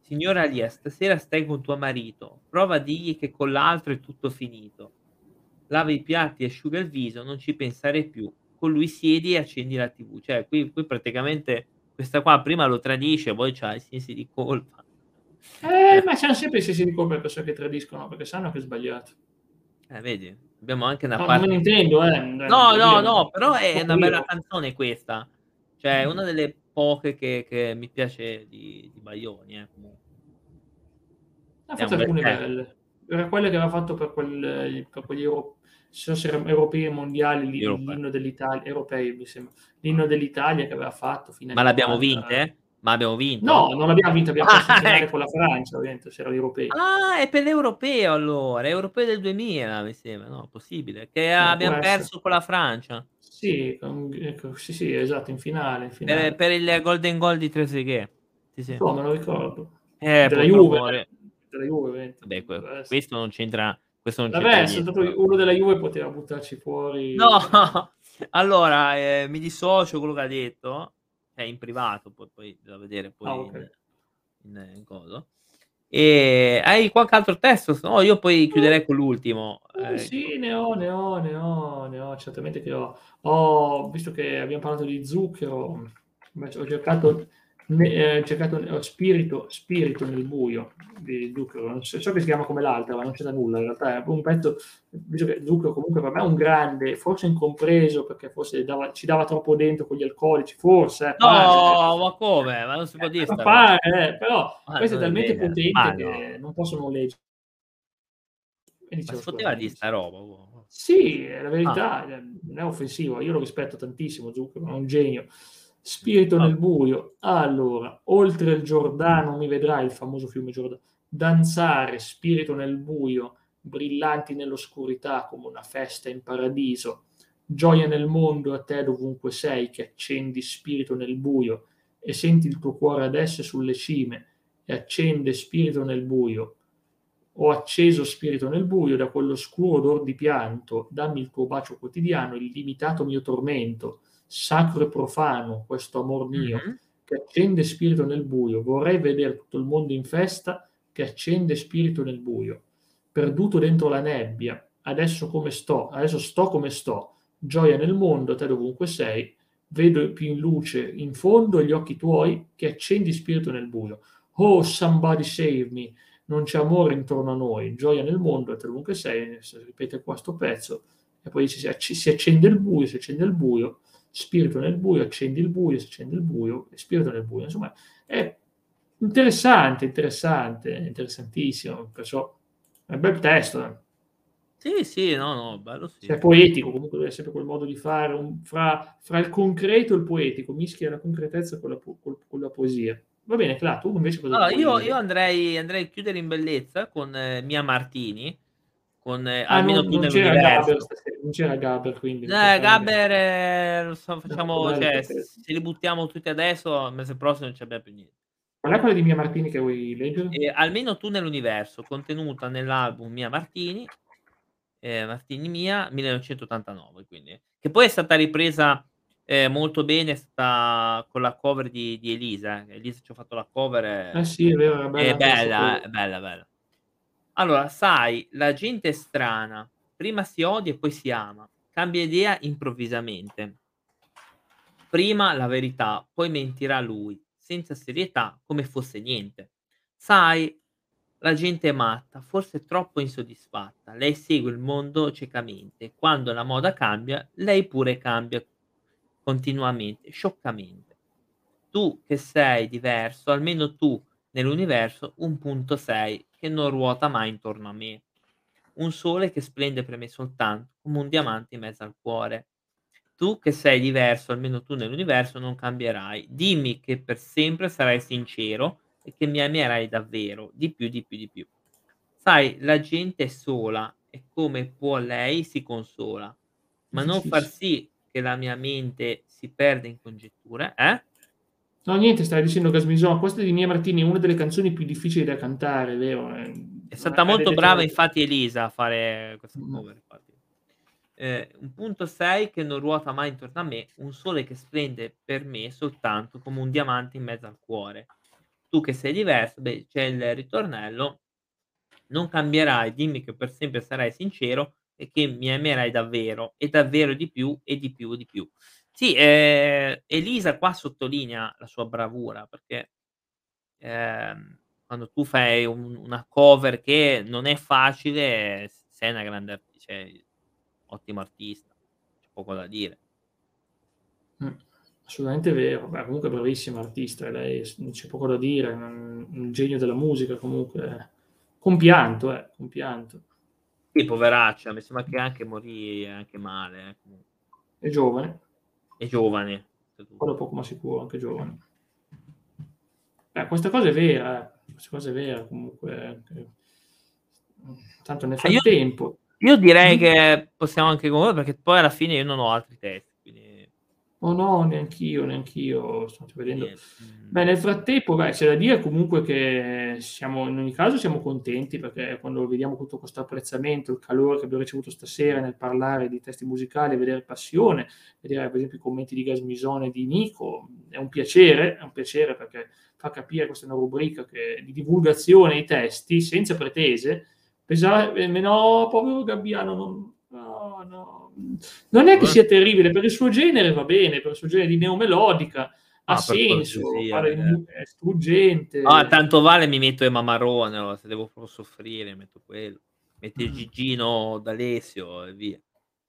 Signora Lia, stasera stai con tuo marito, prova a dirgli che con l'altro è tutto finito. Lava i piatti e asciuga il viso, non ci pensare più. Con lui siedi e accendi la T V. Cioè qui qui praticamente questa qua prima lo tradisce, poi c'ha i sensi di colpa. Eh, Eh. ma c'hanno sempre i sensi di colpa le persone che tradiscono, perché sanno che è sbagliato. Eh vedi? Abbiamo anche una No, non me ne parte intendo, eh, n no, voglio no, dire, no, però è una proprio bella io. canzone questa. Cioè è una delle poche che che mi piace di di Baglioni, eh, comunque. Ne ha È fatte un bel alcune testo. belle. Era quelle che aveva fatto per quel per quegli euro so se era europei e mondiali, l'i Europei. l'inno dell'Italia europei mi sembra. L'inno dell'Italia che aveva fatto fine Ma anni l'abbiamo 'novanta. vinte? Ma abbiamo No, vinto? non l'abbiamo vinto, abbiam perso in Ah, finale ecco. con la Francia, ovviamente, c'erano gli europei. Ah, è per l'europeo allora, europeo del duemila mi sembra, no, possibile, che Eh, può abbiam essere. perso con la Francia. Sì, con ecco, sì, sì, esatto, in finale, in Per finale. per il golden goal di Trezeguet. Sì, sì. So, me lo ricordo. Eh, Della Juve, purtroppo re eh, della Juve ovviamente, Vabbè que doveva esse questo non c'entra questo non c'entra Vabbè, son niente stato però. io uno della Juve poteva buttarci No, fuori eh. allora, ehm, mi dissocio quello che ha detto, cioè in privato, poi poi da vedere Ah, poi in okay. in in coso. Ehm, hai qualche altro testo? Se no io poi Uh, chiuderei con l'ultimo, uh, ehm sì, ne ho, ne ho, ne ho, ne ho, certamente che ho. Ho visto che abbiam parlato di zucchero, invece ho cercato ne ehm, cercato ho Spirito Spirito nel buio di zucchero, non so so che si chiama come l'altra, ma non c'entra nulla in realtà, è proprio un pezzo visto che zucchero comunque per me è un grande, forse incompreso perché forse dava ci dava troppo dentro con gli alcolici, forse eh, pare eh. No, ma come? Ma non si può dire Ma sta roba. pare eh, però Ma questo è non è talmente vero. Ma potente no. che non posso non legge E Ma dicevo si poteva scusami, dì dimmi. sta roba co Sì, è la Ah. verità, ehm, non è offensivo, io lo rispetto tantissimo Zucchero, è un genio. Spirito Vabbè. nel buio, allora, oltre il Giordano mi vedrai, il famoso fiume Giorda danzare, spirito nel buio, brillanti nell'oscurità come una festa in paradiso, gioia nel mondo a te dovunque sei, che accendi spirito nel buio e senti il tuo cuore adesso è sulle cime e accende spirito nel buio. Ho acceso spirito nel buio, da quell'oscuro odor di pianto, dammi il tuo bacio quotidiano, illimitato mio tormento, sacro e profano questo amor mio, Mh-mh. che accende spirito nel buio. Vorrei veder tutto il mondo in festa, che accende spirito nel buio. Perduto dentro la nebbia, adesso come sto, adesso sto come sto, gioia nel mondo, te dovunque sei, vedo più in luce in fondo gli occhi tuoi, che accendi spirito nel buio. Oh, somebody save me, non c'è amore intorno a noi, gioia nel mondo, te dovunque sei, si ripete qua 'sto pezzo, e poi dice si acc si accende il buio, si accende il buio, spirito nel buio, accendi il buio, si accende il buio, e spirito nel buio. Insomma, è interessante, interessante, interessantissimo, perciò è un bel testo, eh. Sì, sì, no, no, bello sì. Cioè poetico, comunque lui ha sempre quel modo di fare, un fra fra il concreto e il poetico, mischia la concretezza con la po col con la poesia. Va bene, Cla, tu invece cosa Allora io io vuoi andrei andrei a chiudere in bellezza con Mia Martini, con Ah, Almeno non tu non c'era Gaber nell'universo. stase non c'era Gaber, quindi non puoi Eh, fare niente. Gabber lo so Mi ha fatto facciamo male cioè perché se li buttiamo tutti adesso, il mese prossimo non ci abbiam più nie Qual è quella di Mia Martini che vuoi leggere? Ehm, Almeno tu nell'universo, contenuta nell'album Mia Martini, ehm, Martini Mia, millenovecentottantanove quindi. Che poi è stata ripresa, ehm, molto bene, è stata con la cover di di Elisa, eh, Elisa ci ha fatto la cover Eh e sì, è vero, era bella è anche la sua bella, cover. eh, è bella, bella. Allora, sai, la gente è strana, prima si odia e poi si ama, cambia idea improvvisamente. Prima la verità, poi mentirà lui, senza serietà, come fosse niente. Sai, la gente è matta, forse troppo insoddisfatta. Lei segue il mondo ciecamente. Quando la moda cambia, lei pure cambia continuamente, scioccamente. Tu che sei diverso, almeno tu nell'universo un punto sei che non ruota mai intorno a me. Un sole che splende per me soltanto come un diamante in mezzo al cuore. Tu che sei diverso, almeno tu nell'universo, non cambierai. Dimmi che per sempre sarai sincero e che mi amerai davvero, di più, di più, di più. Sai, la gente è sola e come può lei si consola, ma non far Difficilissimo. sì che la mia mente si perda in congetture eh? No niente, stavi dicendo Gasmisò, questa di Mia Martini è una delle canzoni più difficili da cantare, vero, ehm, È ma stata molto brava maledettement infatti Elisa a fare questa Mh. cover infatti. Ehm, un punto sei che non ruota mai intorno a me, un sole che splende per me soltanto come un diamante in mezzo al cuore. tu che sei diverso, beh, c'è il ritornello: "Non cambierai, dimmi che per sempre sarai sincero e che mi amerai davvero, e davvero di più, e di più, di più". Sì, ehm, Elisa qua sottolinea la sua bravura perché, ehm, quando tu fai un una cover che non è facile, s sei una grande arti cioè, ottimo artista, c'è poco da dire. Mh, assolutamente vero. Beh, comunque bravissima artista lei, s non c'è poco da dire, un un genio della musica comunque, compianto eh, compianto. Sì, poveraccia, mi sembra che anche morì anche male, eh, comu È giovane. È giovane, oltretutto. Quello poco ma sicuro, anche giovane. Eh, questa cosa è vera, eh, questa cosa è vera comunque che mhmm, tanto nel Ah, io frattempo io direi mh? che possiamo anche concludere perché poi alla fine io non ho altri testi, quindi Oh no, neanch'io, neanch'io, sto anche vedendo. Nient Beh, mhmm nel frattempo, beh, c'è da dire comunque che siamo in ogni caso siamo contenti perché quando vediamo tutto questo apprezzamento, il calore che abbiamo ricevuto stasera Mh. nel parlare di testi musicali e vedere passione, vedere per esempio i commenti di Gasmisone e di Nico, è un piacere, è un piacere perché fa capire questa è una rubrica che di divulgazione ai testi, senza pretese. Pesa ehm, no, povero Gabbiano, non no, no. Mhmm, non è che Eh? sia terribile, per il suo genere va bene, per il suo genere di neomelodica, ha Ah, per senso, cortesia, parla di ragazzi. mu è Ah, struggente. tanto vale mi metto Emma Marrone allora, se devo proprio soffrire metto quello. Metti il Mh-mh. Gigino D'Alessio e via.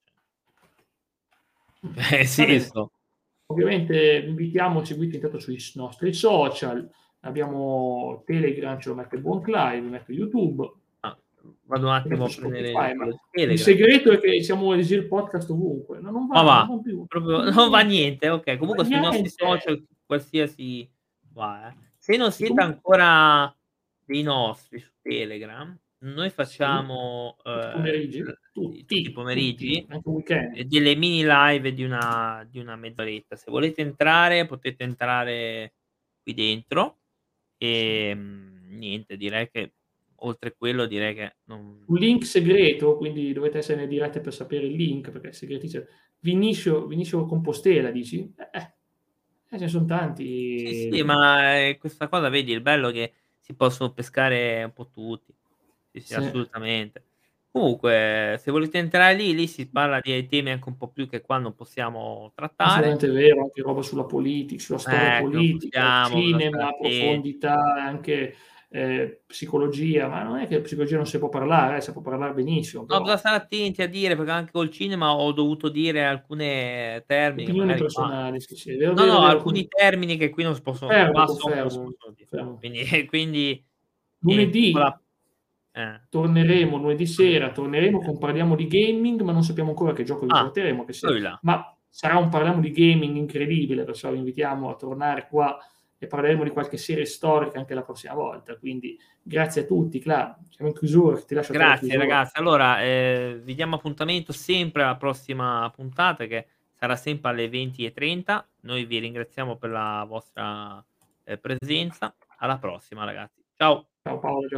Mh. Eh, Va bene. senso. Ovviamente vi invitiamo a seguirci intanto sui s nostri social, abbiamo Telegram, ce lo mette buon Clay, vi metto YouTube. Ah, vado un Vi attimo metto a prendere Spotify, ma quello di il Telegram. segreto è che siamo Esil Podcast ovunque. No, non Ma va, non va, van più. proprio Non va non va niente. niente, okay. Va Comunque sui nostri niente. social qualsiasi va, eh. Se non E siete comunque ancora dei nostri su Telegram, noi Sì. facciamo, Tutti i uhm, pomeriggi? i tutti i Tutti, tutti, pomeriggi, anche il ehm, weekend. delle mini live di una di una mezz'oretta. Se volete entrare, potete entrare qui dentro. Sì. Ehm, niente, direi che oltre quello direi che non Un link segreto, quindi dovete essere nelle dirette per sapere il link, perché è segretissimo. Vinicio Vinicio Compostela dici? Eh, eh. Eh, ce ne son Sì, tanti. sì, ma, ehm, questa cosa vedi il bello è che si possono pescare un po' tutti. Sì, sì, Sì. assolutamente. Comunque se volete entrare lì, lì si parla di temi anche un po' più che qua non possiamo trattare. Assolutamente vero, anche roba sulla politi sulla storia Eh, che non politica, possiamo, bisogna stare cinema, attenti. profondità, anche, ehm, psicologia, ma non è che psicologia non se può parlare, eh, se può parlar benissimo, No, bisogna però stare attenti a dire, perché anche col cinema ho dovuto dire alcune termini che opinioni magari qua personali, sì, sì, è vero, no, vero, no, vero, alcuni con termini che qui non si possono Confermo, qua so che non si confermo, possono dire. confermo. Quindi quindi niente, Lunedì ora eh. torneremo, lunedì sera torneremo Eh. con Parliamo di gaming, ma non sappiamo ancora che gioco vi Ah, porteremo, che se quello di là. ma sarà un Parliamo di gaming incredibile, perciò vi invitiamo a tornare qua e parleremo di qualche serie storica anche la prossima volta. Quindi grazie a tutti, Cla. Siamo in chiusura, ti lascio a te la Grazie chiusura. ragazzi. Allora, ehm, vi diamo appuntamento sempre alla prossima puntata che sarà sempre alle venti e trenta. Noi vi ringraziamo per la vostra, ehm, presenza. Alla prossima ragazzi. Ciao. Ciao Paolo, cia